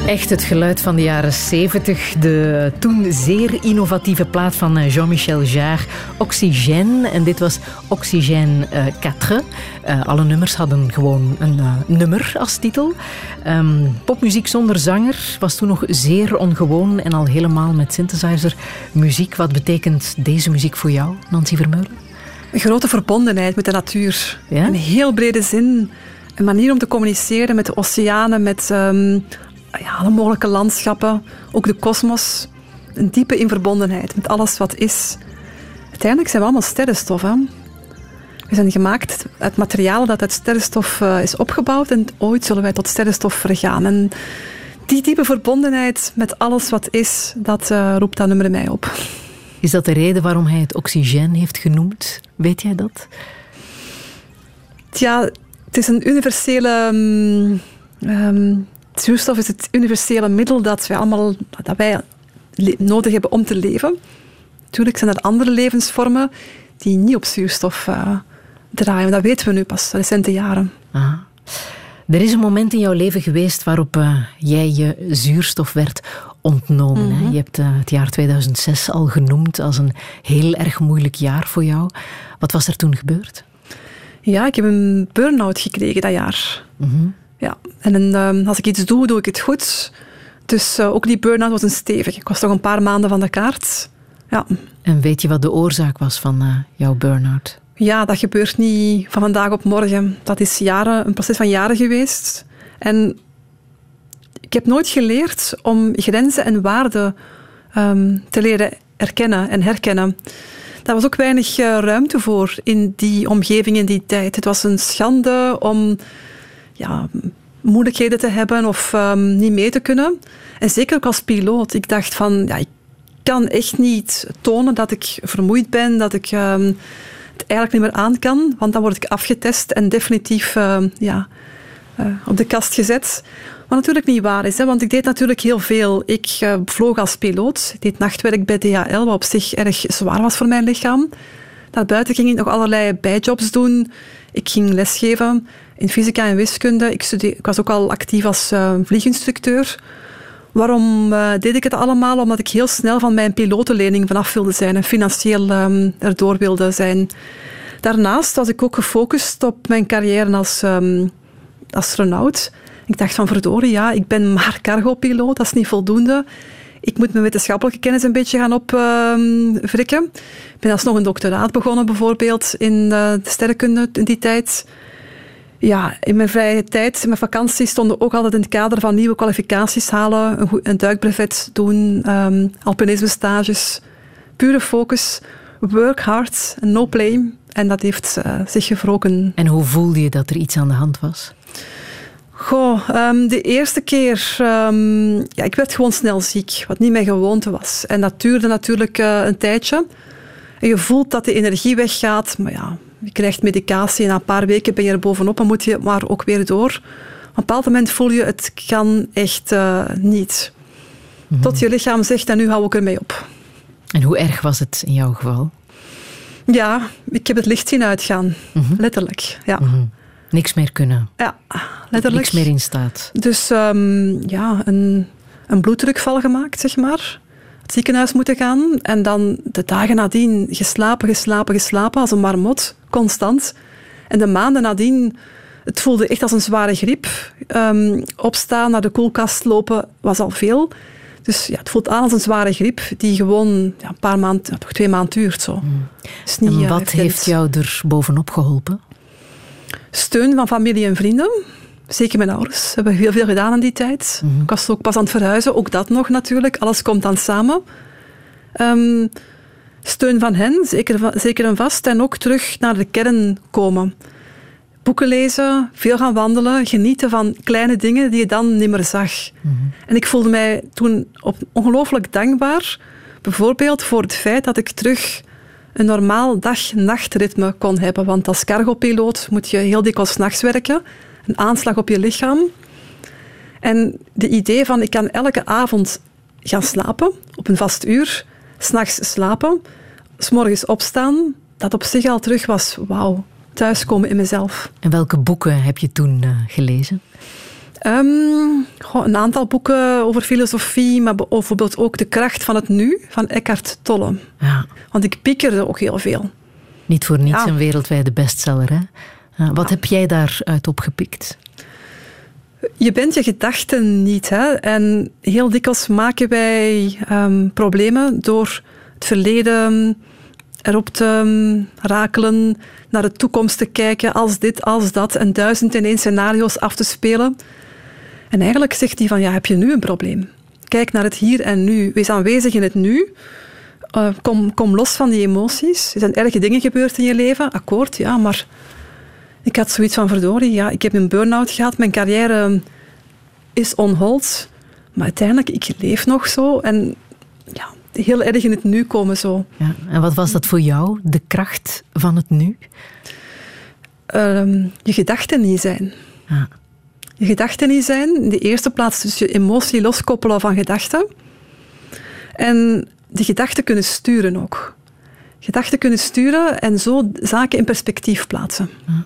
Echt het geluid van de jaren zeventig. De toen zeer innovatieve plaat van Jean-Michel Jarre, Oxygène. En dit was Oxygène uh, vier. Uh, alle nummers hadden gewoon een uh, nummer als titel. Um, popmuziek zonder zanger was toen nog zeer ongewoon en al helemaal met synthesizer muziek. Wat betekent deze muziek voor jou, Nancy Vermeulen? Een grote verbondenheid met de natuur. Ja? In heel brede zin. Een manier om te communiceren met de oceanen, met um, ja, alle mogelijke landschappen. Ook de kosmos. Een diepe in verbondenheid met alles wat is. Uiteindelijk zijn we allemaal sterrenstof. Hè? We zijn gemaakt uit materialen dat uit sterrenstof uh, is opgebouwd. En ooit zullen wij tot sterrenstof vergaan. En die diepe verbondenheid met alles wat is, dat uh, roept dat nummer in mij op. Is dat de reden waarom hij het oxygeen heeft genoemd? Weet jij dat? Ja, het is een universele... Um, um, zuurstof is het universele middel dat wij allemaal dat wij le- nodig hebben om te leven. Natuurlijk zijn er andere levensvormen die niet op zuurstof uh, draaien. Dat weten we nu pas, recente jaren. Aha. Er is een moment in jouw leven geweest waarop uh, jij je zuurstof werd ontnomen. Mm-hmm. Hè? Je hebt uh, het jaar tweeduizend zes al genoemd als een heel erg moeilijk jaar voor jou. Wat was er toen gebeurd? Ja, ik heb een burn-out gekregen dat jaar. Mm-hmm. Ja. En uh, als ik iets doe, doe ik het goed. Dus uh, ook die burn-out was een stevig. Ik was toch een paar maanden van de kaart. Ja. En weet je wat de oorzaak was van uh, jouw burn-out? Ja, dat gebeurt niet van vandaag op morgen. Dat is jaren, een proces van jaren geweest. En ik heb nooit geleerd om grenzen en waarden um, te leren erkennen en herkennen. Daar was ook weinig uh, ruimte voor in die omgeving, in die tijd. Het was een schande om ja, moeilijkheden te hebben of um, niet mee te kunnen. En zeker ook als piloot. Ik dacht van, ja, ik kan echt niet tonen dat ik vermoeid ben, dat ik um, het eigenlijk niet meer aan kan, want dan word ik afgetest en definitief uh, ja, uh, op de kast gezet. Wat natuurlijk niet waar is, hè, want ik deed natuurlijk heel veel. Ik uh, vloog als piloot, ik deed nachtwerk bij D H L, wat op zich erg zwaar was voor mijn lichaam. Daarbuiten ging ik nog allerlei bijjobs doen. Ik ging lesgeven in fysica en wiskunde. Ik, studeer, ik was ook al actief als uh, vlieginstructeur. Waarom uh, deed ik het allemaal? Omdat ik heel snel van mijn pilotenlening vanaf wilde zijn en financieel um, erdoor wilde zijn. Daarnaast was ik ook gefocust op mijn carrière als um, astronaut. Ik dacht van verdorie, ja, ik ben maar cargopiloot, dat is niet voldoende. Ik moet mijn wetenschappelijke kennis een beetje gaan opwrikken. Uh, ik ben alsnog een doctoraat begonnen bijvoorbeeld in uh, de sterrenkunde in die tijd. Ja, in mijn vrije tijd, in mijn vakantie, stonden ook altijd in het kader van nieuwe kwalificaties halen, een, een duikbrevet doen, um, alpinisme-stages, pure focus, work hard, no play. En dat heeft uh, zich gewroken. En hoe voelde je dat er iets aan de hand was? Goh, um, de eerste keer, um, ja, ik werd gewoon snel ziek, wat niet mijn gewoonte was. En dat duurde natuurlijk uh, een tijdje. En je voelt dat de energie weggaat, maar ja, je krijgt medicatie en na een paar weken ben je er bovenop en moet je maar ook weer door. Op een bepaald moment voel je, het kan echt uh, niet. Mm-hmm. Tot je lichaam zegt, en nu hou ik ermee op. En hoe erg was het in jouw geval? Ja, ik heb het licht zien uitgaan. Mm-hmm. Letterlijk, ja. Mm-hmm. Niks meer kunnen. Ja, letterlijk. Niks meer in staat. Dus um, ja, een, een bloeddrukval gemaakt, zeg maar. Het ziekenhuis moeten gaan. En dan de dagen nadien geslapen, geslapen, geslapen. Als een marmot, constant. En de maanden nadien, het voelde echt als een zware griep. Um, opstaan, naar de koelkast lopen, was al veel. Dus ja, het voelt aan als een zware griep die gewoon ja, een paar maanden, ja, toch twee maanden duurt. Zo. Mm. Is niet, en wat uh, heeft jou er bovenop geholpen? Steun van familie en vrienden. Zeker mijn ouders. Hebben heel veel gedaan in die tijd. Mm-hmm. Ik was ook pas aan het verhuizen. Ook dat nog natuurlijk. Alles komt dan samen. Um, steun van hen, zeker, zeker en vast. En ook terug naar de kern komen. Boeken lezen, veel gaan wandelen. Genieten van kleine dingen die je dan niet meer zag. Mm-hmm. En ik voelde mij toen op, ongelooflijk dankbaar. Bijvoorbeeld voor het feit dat ik terug een normaal dag-nachtritme kon hebben. Want als cargopiloot moet je heel dikwijls 's nachts werken. Een aanslag op je lichaam. En de idee van ik kan elke avond gaan slapen, op een vast uur, 's nachts slapen, 's morgens opstaan, dat op zich al terug was, wauw, thuiskomen in mezelf. En welke boeken heb je toen uh, gelezen? Um, goh, een aantal boeken over filosofie, maar bijvoorbeeld ook De kracht van het nu, van Eckhart Tolle. Ja. Want ik piekerde ook heel veel. Niet voor niets Ja. een wereldwijde bestseller, hè? Uh, wat Ja. heb jij daaruit opgepikt? Je bent je gedachten niet. Hè? En heel dikwijls maken wij um, problemen door het verleden erop te um, rakelen, naar de toekomst te kijken, als dit, als dat, en duizend en één scenario's af te spelen. En eigenlijk zegt hij van, ja, heb je nu een probleem? Kijk naar het hier en nu. Wees aanwezig in het nu. Uh, kom, kom los van die emoties. Er zijn erge dingen gebeurd in je leven, akkoord, ja, maar ik had zoiets van, verdorie, ja, ik heb een burn-out gehad, mijn carrière is on hold, maar uiteindelijk, ik leef nog zo en ja, heel erg in het nu komen zo. Ja. En wat was dat voor jou, de kracht van het nu? Um, je gedachten niet zijn. Ja. Je gedachten niet zijn, in de eerste plaats dus je emotie loskoppelen van gedachten. En die gedachten kunnen sturen ook. Gedachten kunnen sturen en zo zaken in perspectief plaatsen. Ja.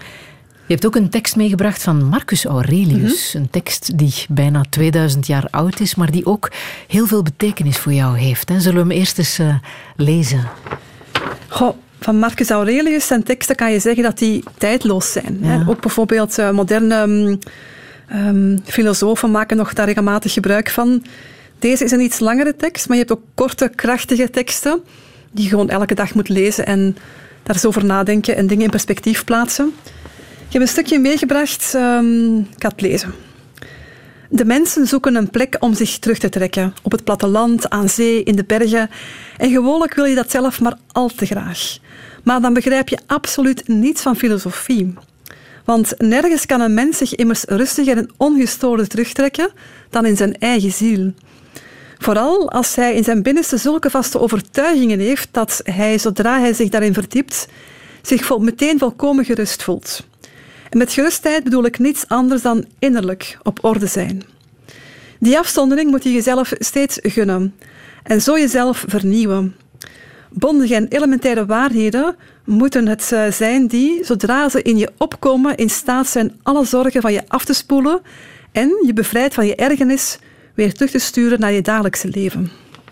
Je hebt ook een tekst meegebracht van Marcus Aurelius. Mm-hmm. Een tekst die bijna tweeduizend jaar oud is, maar die ook heel veel betekenis voor jou heeft. Hè? Zullen we hem eerst eens uh, lezen? Goh, van Marcus Aurelius zijn teksten kan je zeggen dat die tijdloos zijn. Ja. Hè? Ook bijvoorbeeld uh, moderne um, um, filosofen maken nog daar regelmatig gebruik van. Deze is een iets langere tekst, maar je hebt ook korte, krachtige teksten die je gewoon elke dag moet lezen en daar eens over nadenken en dingen in perspectief plaatsen. Ik heb een stukje meegebracht. Um, ik ga het lezen. De mensen zoeken een plek om zich terug te trekken. Op het platteland, aan zee, in de bergen. En gewoonlijk wil je dat zelf maar al te graag. Maar dan begrijp je absoluut niets van filosofie. Want nergens kan een mens zich immers rustiger en ongestoord terugtrekken dan in zijn eigen ziel. Vooral als hij in zijn binnenste zulke vaste overtuigingen heeft dat hij, zodra hij zich daarin verdiept, zich vol, meteen volkomen gerust voelt. En met gerustheid bedoel ik niets anders dan innerlijk op orde zijn. Die afzondering moet je jezelf steeds gunnen en zo jezelf vernieuwen. Bondige en elementaire waarheden moeten het zijn die, zodra ze in je opkomen, in staat zijn alle zorgen van je af te spoelen en je bevrijdt van je ergernis weer terug te sturen naar je dagelijkse leven.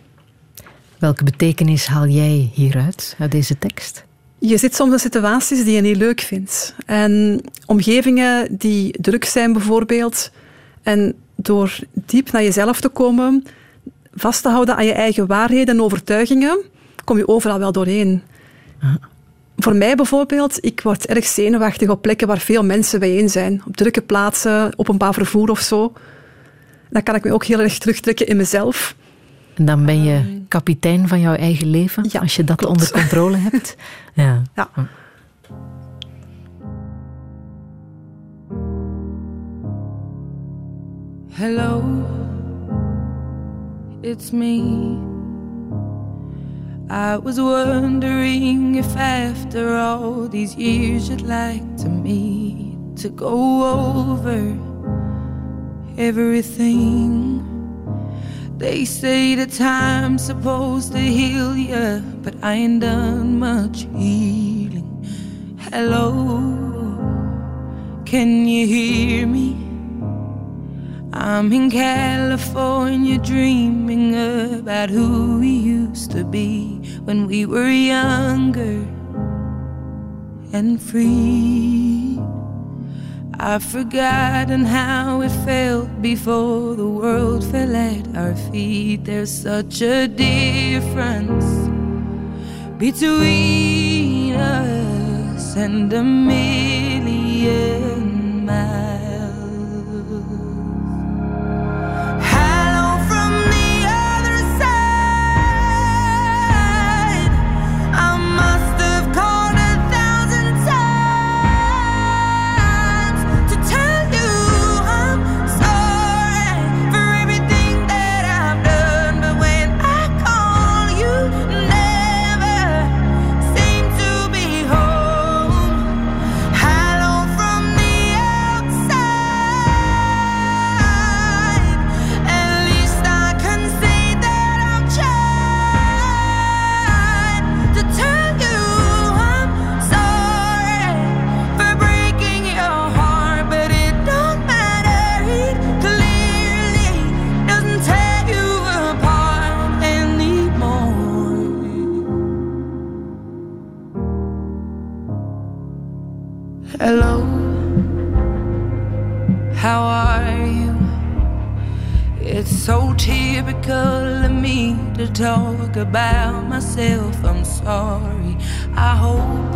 Welke betekenis haal jij hieruit, uit deze tekst? Je zit soms in situaties die je niet leuk vindt. En omgevingen die druk zijn bijvoorbeeld. En door diep naar jezelf te komen, vast te houden aan je eigen waarheden en overtuigingen, kom je overal wel doorheen. Ja. Voor mij bijvoorbeeld, ik word erg zenuwachtig op plekken waar veel mensen bijeen zijn. Op drukke plaatsen, openbaar vervoer of zo. Dan kan ik me ook heel erg terugtrekken in mezelf. En dan ben je kapitein van jouw eigen leven, ja, als je dat klopt. onder controle hebt. Ja. Ja. Hello, it's me. I was wondering if after all these years you'd like to meet to go over everything. They say the time's supposed to heal ya, but I ain't done much healing. Hello, can you hear me? I'm in California dreaming about who we used to be when we were younger and free. I've forgotten how it felt before the world fell at our feet. There's such a difference between us and a million miles. Hello from the other side. I must have called a thousand times to tell you I'm sorry for everything that I've done, but when I call you never seem to be home. Hello, how are you? It's so typical of me to talk about myself. I'm sorry. I hope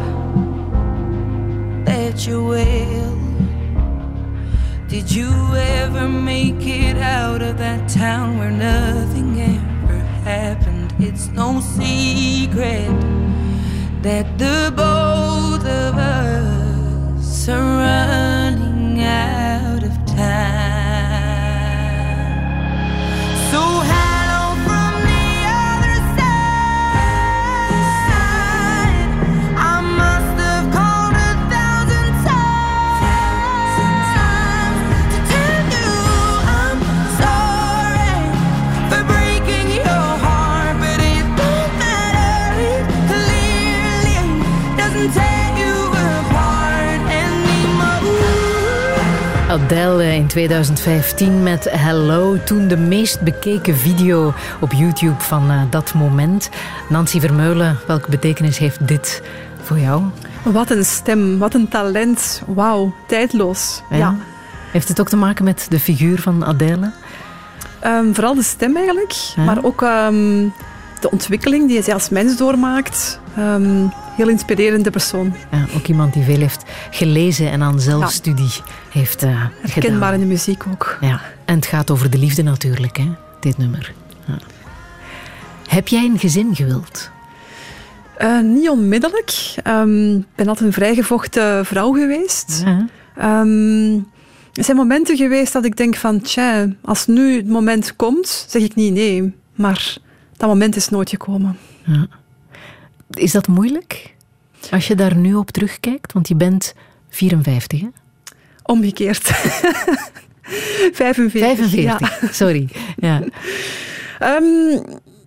that you're well. Did you ever make it out of that town where nothing ever happened? It's no secret that the both of us are running out of time. So hello from the other side. I must have called a thousand times to tell you I'm sorry for breaking your heart, but it don't matter. It clearly doesn't tear you apart anymore. Adele in twintig vijftien met Hello, toen de meest bekeken video op YouTube van uh, dat moment. Nancy Vermeulen, welke betekenis heeft dit voor jou? Wat een stem, wat een talent. Wauw, tijdloos. Ja. Ja. Heeft het ook te maken met de figuur van Adele? Um, vooral de stem eigenlijk, Ja. maar ook um, de ontwikkeling die zij als mens doormaakt. Um, heel inspirerende persoon. Ja, ook iemand die veel heeft gelezen en aan zelfstudie heeft uh, Herkenbaar gedaan. in de muziek ook. Ja. En het gaat over de liefde natuurlijk, hè, dit nummer. Ja. Heb jij een gezin gewild? Uh, niet onmiddellijk. Um, ik ben altijd een vrijgevochten vrouw geweest. Ja. Um, er zijn momenten geweest dat ik denk van, tja, als nu het moment komt, zeg ik niet nee. Maar dat moment is nooit gekomen. Ja. Is dat moeilijk? Als je daar nu op terugkijkt, want je bent vierenvijftig, hè? Omgekeerd. vijfenveertig. vijfenveertig, Ja. sorry. Ja. Um,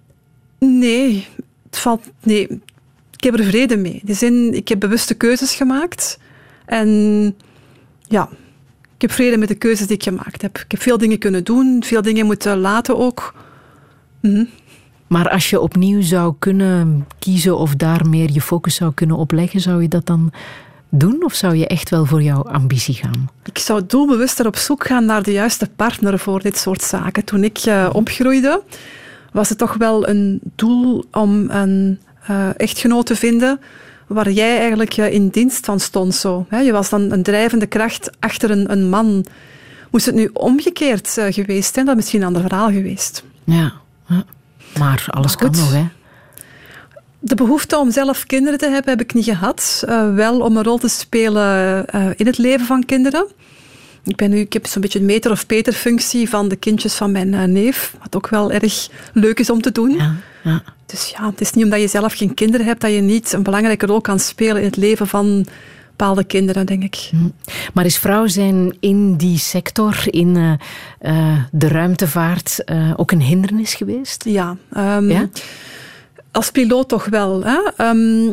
nee, het valt... Nee, ik heb er vrede mee. In de zin, ik heb bewuste keuzes gemaakt. En ja, ik heb vrede met de keuzes die ik gemaakt heb. Ik heb veel dingen kunnen doen, veel dingen moeten laten ook. Mhm. Maar als je opnieuw zou kunnen kiezen of daar meer je focus zou kunnen opleggen, zou je dat dan doen? Of zou je echt wel voor jouw ambitie gaan? Ik zou doelbewuster op zoek gaan naar de juiste partner voor dit soort zaken. Toen ik uh, opgroeide, was het toch wel een doel om een uh, echtgenoot te vinden waar jij eigenlijk uh, in dienst van stond. Zo. Hè? Je was dan een drijvende kracht achter een, een man. Moest het nu omgekeerd uh, geweest zijn, dat is misschien een ander verhaal geweest. Ja, ja. Maar alles Maar kan goed. nog, hè? De behoefte om zelf kinderen te hebben, heb ik niet gehad. Uh, wel om een rol te spelen uh, in het leven van kinderen. Ik, ben nu, ik heb zo'n beetje een meter of Peter functie van de kindjes van mijn uh, neef. Wat ook wel erg leuk is om te doen. Ja, ja. Dus ja, het is niet omdat je zelf geen kinderen hebt dat je niet een belangrijke rol kan spelen in het leven van bepaalde kinderen, denk ik. Maar is vrouw zijn in die sector, in uh, uh, de ruimtevaart, uh, ook een hindernis geweest? Ja. Um, Ja? Als piloot toch wel. Hè? Um,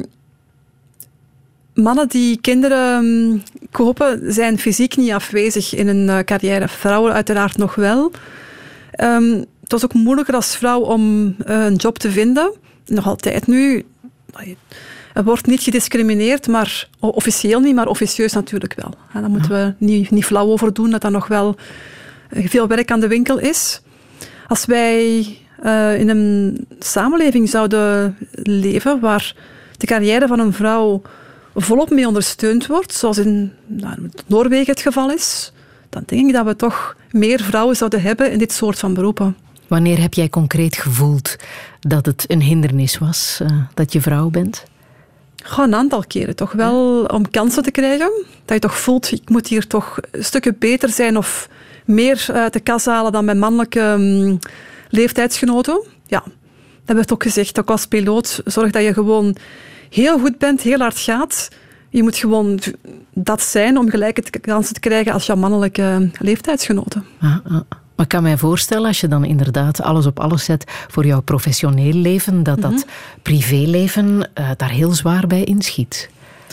mannen die kinderen um, kopen, zijn fysiek niet afwezig in een uh, carrière. Vrouwen uiteraard nog wel. Um, het was ook moeilijker als vrouw om uh, een job te vinden. Nog altijd nu. Er wordt niet gediscrimineerd, maar officieel niet, maar officieus natuurlijk wel. En daar moeten we niet, niet flauw over doen, dat er nog wel veel werk aan de winkel is. Als wij uh, in een samenleving zouden leven waar de carrière van een vrouw volop mee ondersteund wordt, zoals in nou, Noorwegen het geval is, dan denk ik dat we toch meer vrouwen zouden hebben in dit soort van beroepen. Wanneer heb jij concreet gevoeld dat het een hindernis was, uh, dat je vrouw bent? Goh, een aantal keren toch wel om kansen te krijgen. Dat je toch voelt, ik moet hier toch stukken beter zijn of meer uit de kas halen dan mijn mannelijke um, leeftijdsgenoten. Ja, dat werd ook gezegd, ook als piloot, zorg dat je gewoon heel goed bent, heel hard gaat. Je moet gewoon dat zijn om gelijke kansen te krijgen als jouw mannelijke leeftijdsgenoten. Ah, ah. Maar ik kan mij voorstellen, als je dan inderdaad alles op alles zet voor jouw professioneel leven, dat dat mm-hmm. privéleven uh, daar heel zwaar bij inschiet.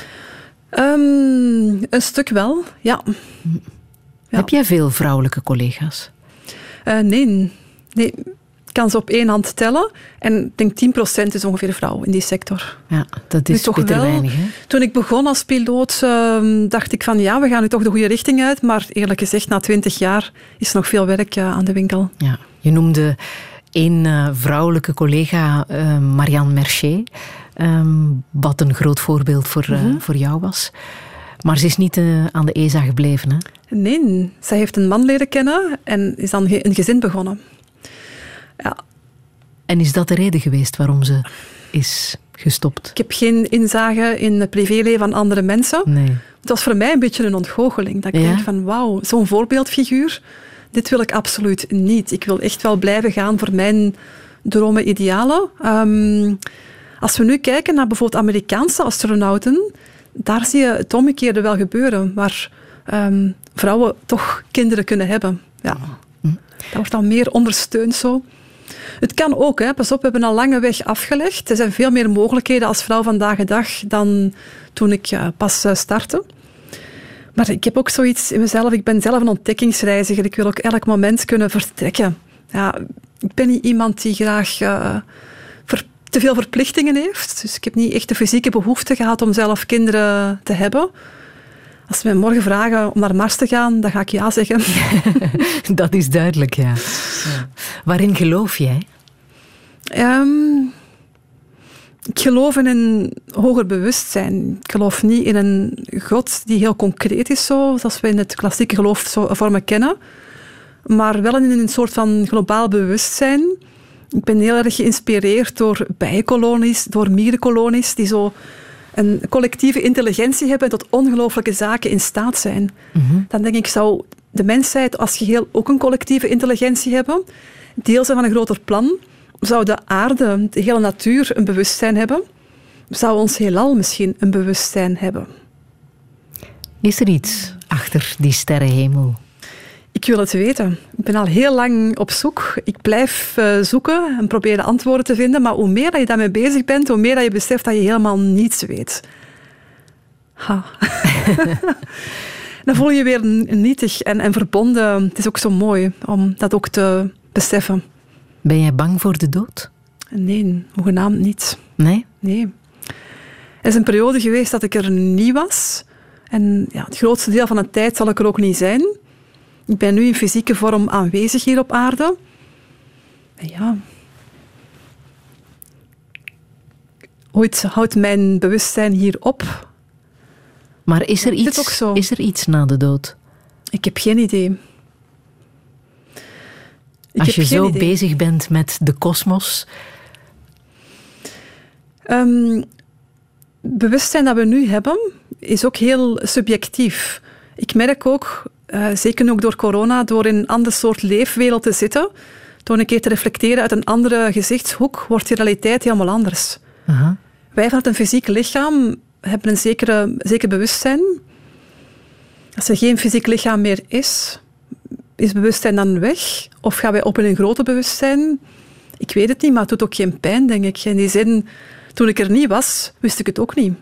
Um, een stuk wel, ja. ja. Heb jij veel vrouwelijke collega's? Uh, nee. nee. kan ze op één hand tellen. En ik denk tien procent is ongeveer vrouw in die sector. Ja, dat is toch bitter wel, weinig. Hè? Toen ik begon als piloot, uh, dacht ik van ja, we gaan nu toch de goede richting uit. Maar eerlijk gezegd, na twintig jaar is er nog veel werk uh, aan de winkel. Ja, je noemde één uh, vrouwelijke collega, uh, Marianne Mercier, um, wat een groot voorbeeld voor, uh, mm-hmm. voor jou was. Maar ze is niet uh, aan de E S A gebleven, hè? Nee, zij heeft een man leren kennen en is dan een gezin begonnen. Ja. En is dat de reden geweest waarom ze is gestopt? Ik heb geen inzage in het privéleven van andere mensen. Nee. Het was voor mij een beetje een ontgoocheling. Dat ik ja? denk van, wauw, zo'n voorbeeldfiguur, dit wil ik absoluut niet. Ik wil echt wel blijven gaan voor mijn dromen, idealen. Um, als we nu kijken naar bijvoorbeeld Amerikaanse astronauten, daar zie je het omgekeerde wel gebeuren, waar um, vrouwen toch kinderen kunnen hebben. Ja. Dat wordt al meer ondersteund zo. Het kan ook, hè. Pas op, we hebben al lange weg afgelegd. Er zijn veel meer mogelijkheden als vrouw vandaag de dag dan toen ik uh, pas uh, startte. Maar ik heb ook zoiets in mezelf. Ik ben zelf een ontdekkingsreiziger. Ik wil ook elk moment kunnen vertrekken. Ja, ik ben niet iemand die graag uh, ver, te veel verplichtingen heeft. Dus ik heb niet echt de fysieke behoefte gehad om zelf kinderen te hebben. Als ze mij morgen vragen om naar Mars te gaan, dan ga ik ja zeggen. Dat is duidelijk, ja. ja. Waarin geloof jij? Um, ik geloof in een hoger bewustzijn. Ik geloof niet in een God die heel concreet is, zo, zoals we in het klassieke geloofsvormen kennen. Maar wel in een soort van globaal bewustzijn. Ik ben heel erg geïnspireerd door bijenkolonies, door mierenkolonies, die zo een collectieve intelligentie hebben en tot ongelooflijke zaken in staat zijn. Mm-hmm. Dan denk ik, zou de mensheid als geheel ook een collectieve intelligentie hebben, deel zijn van een groter plan, zou de aarde, de hele natuur, een bewustzijn hebben, zou ons heelal misschien een bewustzijn hebben. Is er iets achter die sterrenhemel? Ik wil het weten. Ik ben al heel lang op zoek. Ik blijf uh, zoeken en proberen antwoorden te vinden. Maar hoe meer dat je daarmee bezig bent, hoe meer dat je beseft dat je helemaal niets weet. Ha. Dan voel je je weer nietig en, en verbonden. Het is ook zo mooi om dat ook te beseffen. Ben jij bang voor de dood? Nee, hoegenaamd niet. Nee? Nee. Er is een periode geweest dat ik er niet was. En ja, het grootste deel van de tijd zal ik er ook niet zijn. Ik ben nu in fysieke vorm aanwezig hier op aarde. En ja. Ooit houdt mijn bewustzijn hier op. Maar is er, iets, is er iets na de dood? Ik heb geen idee. Ik Als je zo idee. bezig bent met de kosmos. Um, bewustzijn dat we nu hebben, is ook heel subjectief. Ik merk ook, uh, zeker ook door corona, door in een ander soort leefwereld te zitten, door een keer te reflecteren uit een andere gezichtshoek, wordt die realiteit helemaal anders. Uh-huh. Wij vanuit een fysiek lichaam hebben een zekere, zeker bewustzijn. Als er geen fysiek lichaam meer is, is bewustzijn dan weg? Of gaan wij op in een groter bewustzijn? Ik weet het niet, maar het doet ook geen pijn, denk ik. In die zin, toen ik er niet was, wist ik het ook niet.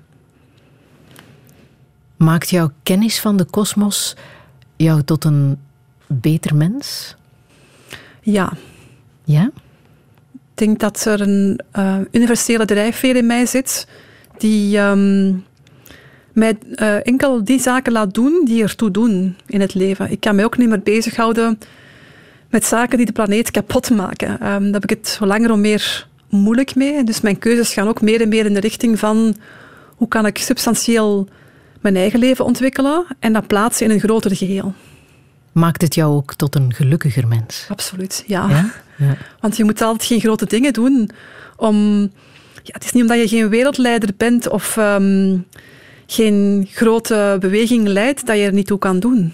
Maakt jouw kennis van de kosmos jou tot een beter mens? Ja. Ja? Ik denk dat er een uh, universele drijfveer in mij zit die um, mij uh, enkel die zaken laat doen die ertoe doen in het leven. Ik kan mij ook niet meer bezighouden met zaken die de planeet kapot maken. Um, daar heb ik het zo langer hoe meer moeilijk mee. Dus mijn keuzes gaan ook meer en meer in de richting van hoe kan ik substantieel mijn eigen leven ontwikkelen en dat plaatsen in een groter geheel. Maakt het jou ook tot een gelukkiger mens? Absoluut, ja. ja? ja. Want je moet altijd geen grote dingen doen. Om, ja, het is niet omdat je geen wereldleider bent of um, geen grote beweging leidt, dat je er niet toe kan doen.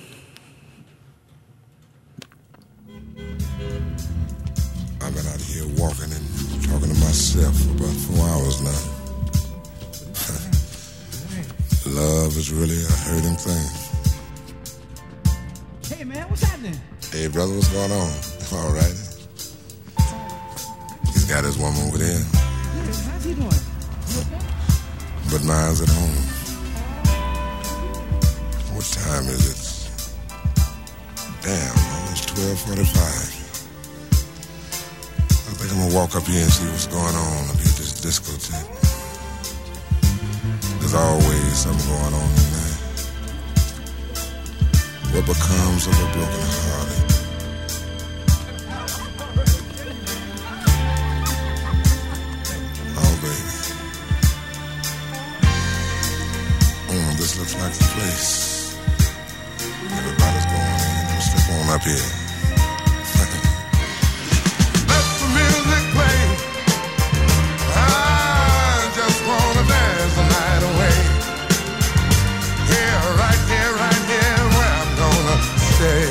I've been out here walking and talking to myself for about four hours now. Love is really a hurting thing. Hey man, what's happening? Hey brother, what's going on? All right. He's got his woman over there. Yeah, how's he doing? But mine's at home. What time is it? Damn, almost twelve forty-five. I think I'm gonna walk up here and see what's going on up here at this discotheque. There's always something going on in there. What becomes of a broken hearted? Oh, baby. Mm, this looks like the place. Everybody's going in. Let's step on up here. Let the music play. I just wanna dance the night away. Here, right here, right here, where I'm gonna stay.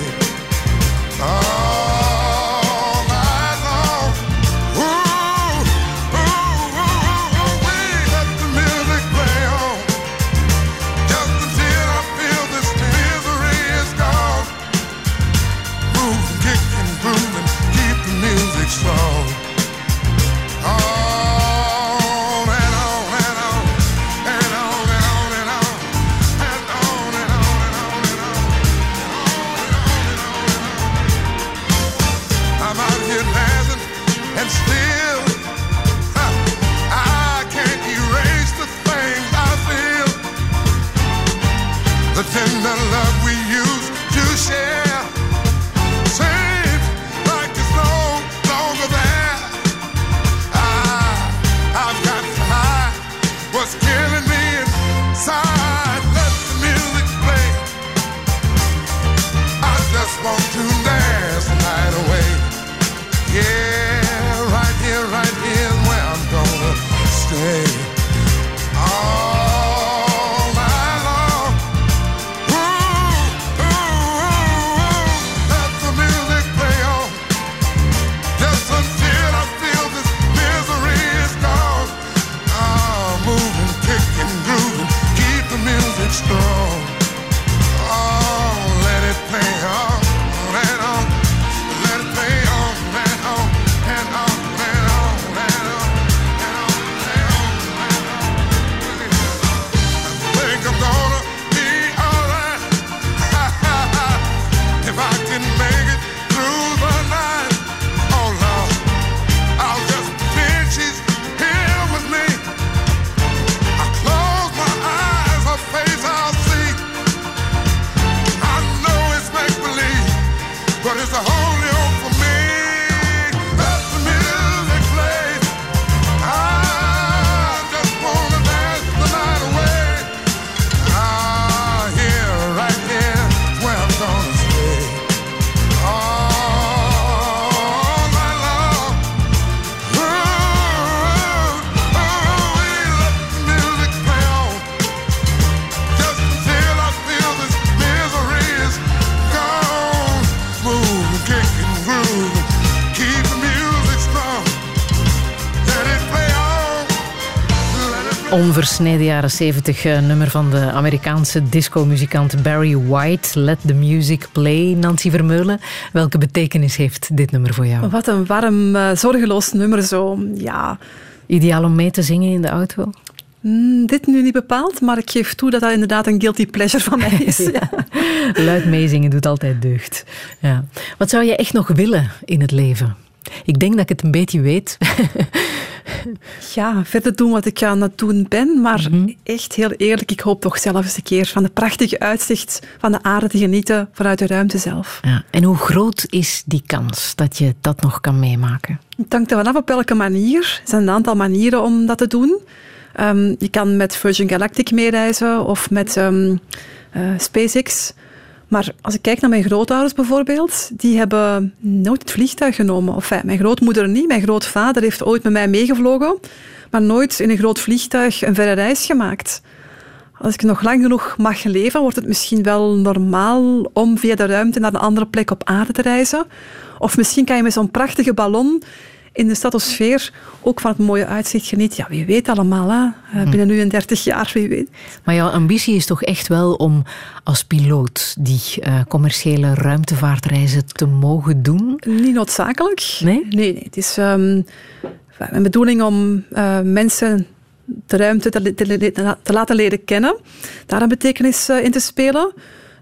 All night long. Ooh, ooh, ooh, ooh, ooh, wee. Let the music play on. Just until I feel this misery is gone. Move, kick and groove and keep the music strong. On and on and on and on and on and on and on and on and on and on and on. I'm out here dancing and still huh, I can't erase the things I feel. The tender love we used to share seems like it's no longer there. I, I've got to hide what's killing me inside. Let the music play. I just want to dance the night away. Yeah, right here, right here is where I'm gonna stay. All night long. Ooh, ooh, ooh, ooh. Let the music play on. Just until I feel this misery is gone. Ah, moving, kicking, grooving, keep the music strong. Oh, let it play on and on. Let it play on and on and on and on and on and on and on and on. I think I'm gonna be alright if I can make it through the night. Oh Lord, I'll just pretend she's here with me. I close my eyes, her face I'll see. I know it's make believe, but it's the only hope for me. Let the music play. I just wanna dance the night away. Ah, here, right here, is where I'm gonna stay. All night long. Ooh, ooh, ooh, we let the music play on. Just until I feel this misery is gone. Move, kick and groove, keep the music strong. Let it play on. Let it play. Onversneden jaren zeventig uh, nummer van de Amerikaanse disco-muzikant Barry White. Let the music play. Nancy Vermeulen, welke betekenis heeft dit nummer voor jou? Wat een warm, uh, zorgeloos nummer zo. Ja, Ideaal om mee te zingen in de auto? mm, dit nu niet bepaald, maar ik geef toe dat dat inderdaad een guilty pleasure van mij is. Ja. Luid meezingen doet altijd deugd. Ja. Wat zou je echt nog willen in het leven? Ik denk dat ik het een beetje weet. Ja, verder doen wat ik aan het doen ben, maar echt heel eerlijk, ik hoop toch zelf eens een keer van de prachtige uitzicht van de aarde te genieten vanuit de ruimte zelf. Ja. En hoe groot is die kans dat je dat nog kan meemaken? Het hangt er vanaf op welke manier. Er zijn een aantal manieren om dat te doen. Um, je kan met Virgin Galactic meereizen of met um, uh, SpaceX. Maar als ik kijk naar mijn grootouders bijvoorbeeld, die hebben nooit het vliegtuig genomen. Enfin, mijn grootmoeder niet, mijn grootvader heeft ooit met mij meegevlogen, maar nooit in een groot vliegtuig een verre reis gemaakt. Als ik nog lang genoeg mag leven, wordt het misschien wel normaal om via de ruimte naar een andere plek op aarde te reizen. Of misschien kan je met zo'n prachtige ballon in de stratosfeer ook van het mooie uitzicht genieten. Ja, wie weet allemaal, hè? Binnen nu een dertig jaar, wie weet. Maar jouw ambitie is toch echt wel om als piloot die uh, commerciële ruimtevaartreizen te mogen doen? Niet noodzakelijk. Nee? Nee, nee. Het is um, mijn bedoeling om uh, mensen de ruimte te, te, te laten leren kennen, daar een betekenis uh, in te spelen.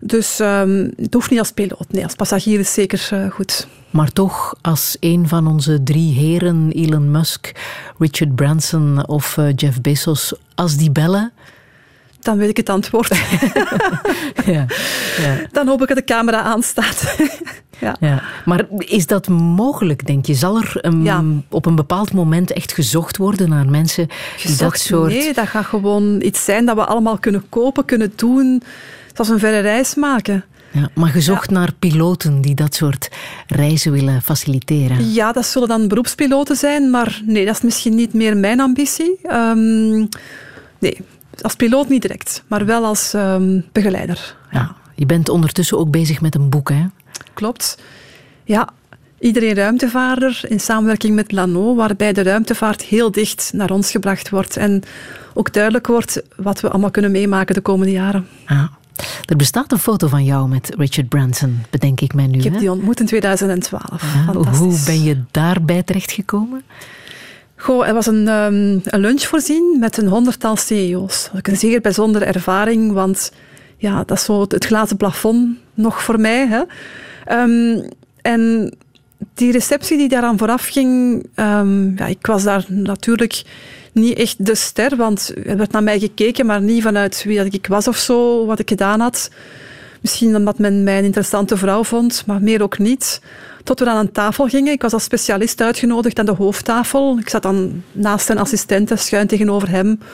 Dus um, het hoeft niet als piloot. Nee, als passagier is zeker uh, goed. Maar toch, als een van onze drie heren, Elon Musk, Richard Branson of uh, Jeff Bezos, als die bellen... Dan weet ik het antwoord. ja, ja. Dan hoop ik dat de camera aanstaat. ja. Ja. Maar is dat mogelijk, denk je? Zal er um, ja. op een bepaald moment echt gezocht worden naar mensen gezocht, die dat soort... Nee, dat gaat gewoon iets zijn dat we allemaal kunnen kopen, kunnen doen. Zoals een verre reis maken. Ja, maar gezocht ja. naar piloten die dat soort reizen willen faciliteren? Ja, dat zullen dan beroepspiloten zijn, maar nee, dat is misschien niet meer mijn ambitie. Um, nee, als piloot niet direct, maar wel als um, begeleider. Ja, je bent ondertussen ook bezig met een boek, hè? Klopt. Ja, Iedereen Ruimtevaarder in samenwerking met Lano, waarbij de ruimtevaart heel dicht naar ons gebracht wordt en ook duidelijk wordt wat we allemaal kunnen meemaken de komende jaren. Ja. Er bestaat een foto van jou met Richard Branson, bedenk ik mij nu. Ik heb hè? die ontmoet in tweeduizend twaalf. Ja, hoe ben je daarbij terechtgekomen? Goh, er was een, um, een lunch voorzien met een honderdtal C E O's. Dat is een zeer bijzondere ervaring, want ja, dat is zo het glazen plafond nog voor mij. Hè. Um, en die receptie die daaraan vooraf ging, um, ja, ik was daar natuurlijk niet echt de ster, want er werd naar mij gekeken, maar niet vanuit wie dat ik was of zo, wat ik gedaan had. Misschien omdat men mij een interessante vrouw vond, maar meer ook niet. Tot we aan een tafel gingen. Ik was als specialist uitgenodigd aan de hoofdtafel. Ik zat dan naast een assistente, schuin tegenover hem. Um,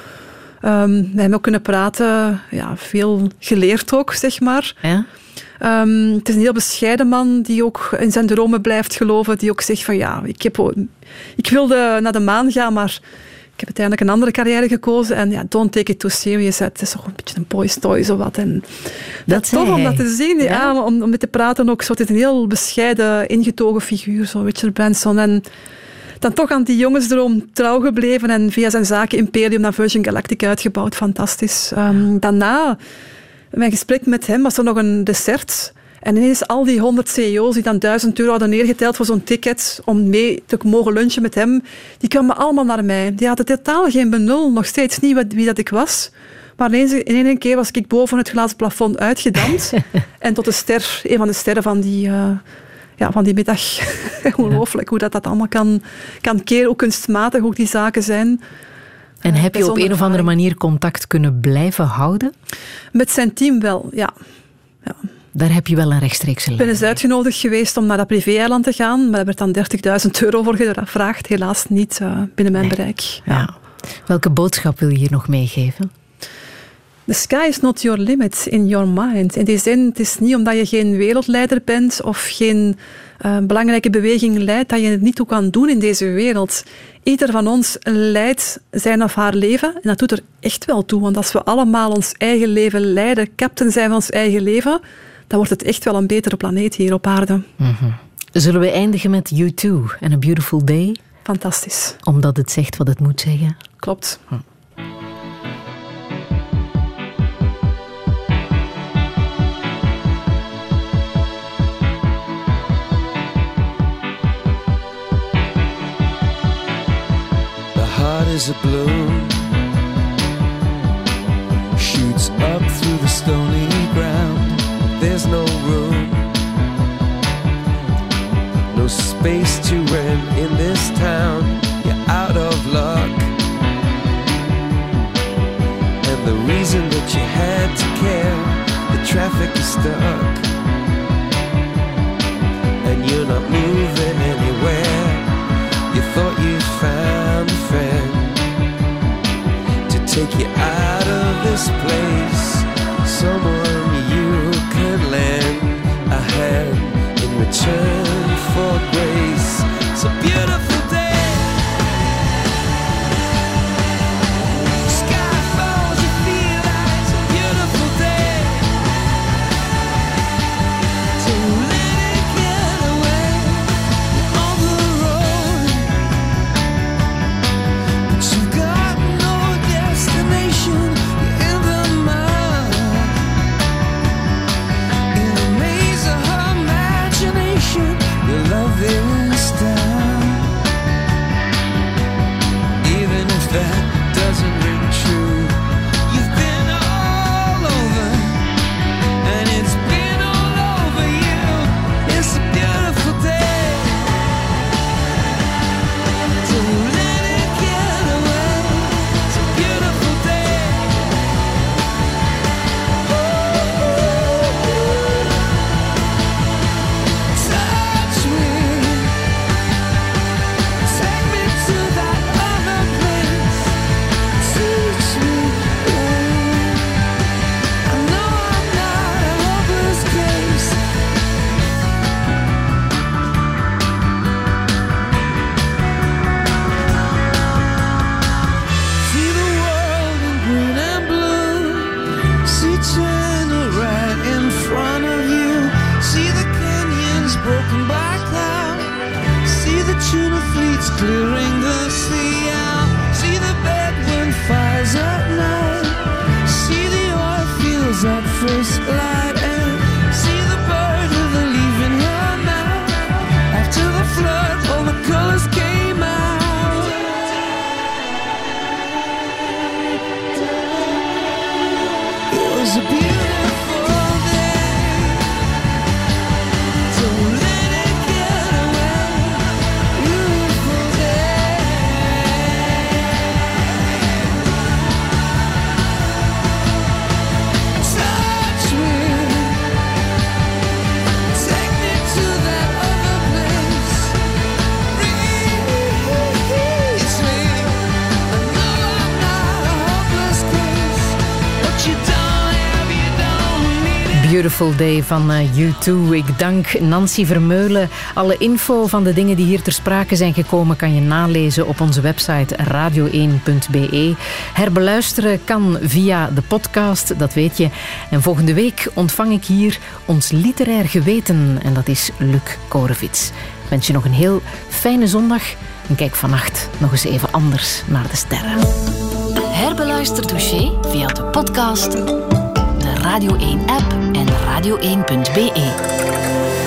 we hebben ook kunnen praten. Ja, veel geleerd ook, zeg maar. Ja? Um, het is een heel bescheiden man die ook in zijn dromen blijft geloven. Die ook zegt van ja, ik, heb, ik wilde naar de maan gaan, maar ik heb uiteindelijk een andere carrière gekozen. En ja, don't take it too serious. Het is toch een beetje een boys toy, zo wat. En dat is tof om dat te zien. Ja? Ja, om, om met te praten ook. Zo, het is een heel bescheiden, ingetogen figuur, zo Richard Branson. En dan toch aan die jongensdroom trouw gebleven en via zijn zaken Imperium naar Virgin Galactic uitgebouwd. Fantastisch. Um, daarna, mijn gesprek met hem, was er nog een dessert. En ineens al die honderd C E O's die dan duizend euro hadden neergeteld voor zo'n ticket om mee te mogen lunchen met hem, die kwamen allemaal naar mij. Die hadden totaal geen benul, nog steeds niet wie dat ik was. Maar ineens, in één keer was ik boven het glazen plafond uitgedampt en tot de ster, een van de sterren van die, uh, ja, van die middag. Ongelooflijk hoe dat, dat allemaal kan, kan keren, hoe kunstmatig ook die zaken zijn. En heb je op een of andere manier contact kunnen blijven houden? Met zijn team wel, ja. ja. Daar heb je wel een rechtstreekse lijn. Ik ben eens uitgenodigd geweest om naar dat privé-eiland te gaan, maar daar werd dan dertigduizend euro voor gevraagd. Helaas niet uh, binnen mijn nee. bereik. Ja. Ja. Welke boodschap wil je hier nog meegeven? The sky is not your limit in your mind. In die zin, het is niet omdat je geen wereldleider bent of geen uh, belangrijke beweging leidt, dat je het niet toe kan doen in deze wereld. Ieder van ons leidt zijn of haar leven en dat doet er echt wel toe. Want als we allemaal ons eigen leven leiden, captain zijn van ons eigen leven, dan wordt het echt wel een betere planeet hier op aarde. Mm-hmm. Zullen we eindigen met U twee en A Beautiful Day? Fantastisch. Omdat het zegt wat het moet zeggen? Klopt. Hm. Is a bloom shoots up through the stony ground. There's no room, no space to rent in this town. You're out of luck, and the reason that you had to care, the traffic is stuck, and you're not moving anywhere. You thought you found a friend take you out of this place, someone you can lend a hand in return for grace. It's a beautiful day. Sky falls, you feel like it's a beautiful day. So let it get away. You're on the road, but you've got destination, you're in the mind. clearing the sea out. See the bedroom fires at night. See the oil fields at first light. And see the bird with a leaf in her mouth. After the flood, all the colors came out. It was a beautiful day. Don't let it get away. Beautiful day. Touch me. Take me to that other place. Release me. I know I'm not a hopeless case. What you don't have, you don't need it. Beautiful Day van uh, U twee. Ik dank Nancy Vermeulen. Alle info van de dingen die hier ter sprake zijn gekomen kan je nalezen op onze website radio één punt b e. Herbeluisteren kan via de podcast, dat weet je. En volgende week ontvang ik hier ons literair geweten. En dat is Luc Korevits. Ik wens je nog een heel fijne zondag. En kijk vannacht nog eens even anders naar de sterren. Herbeluister Douché via de podcast, de Radio één app en radio één punt b e.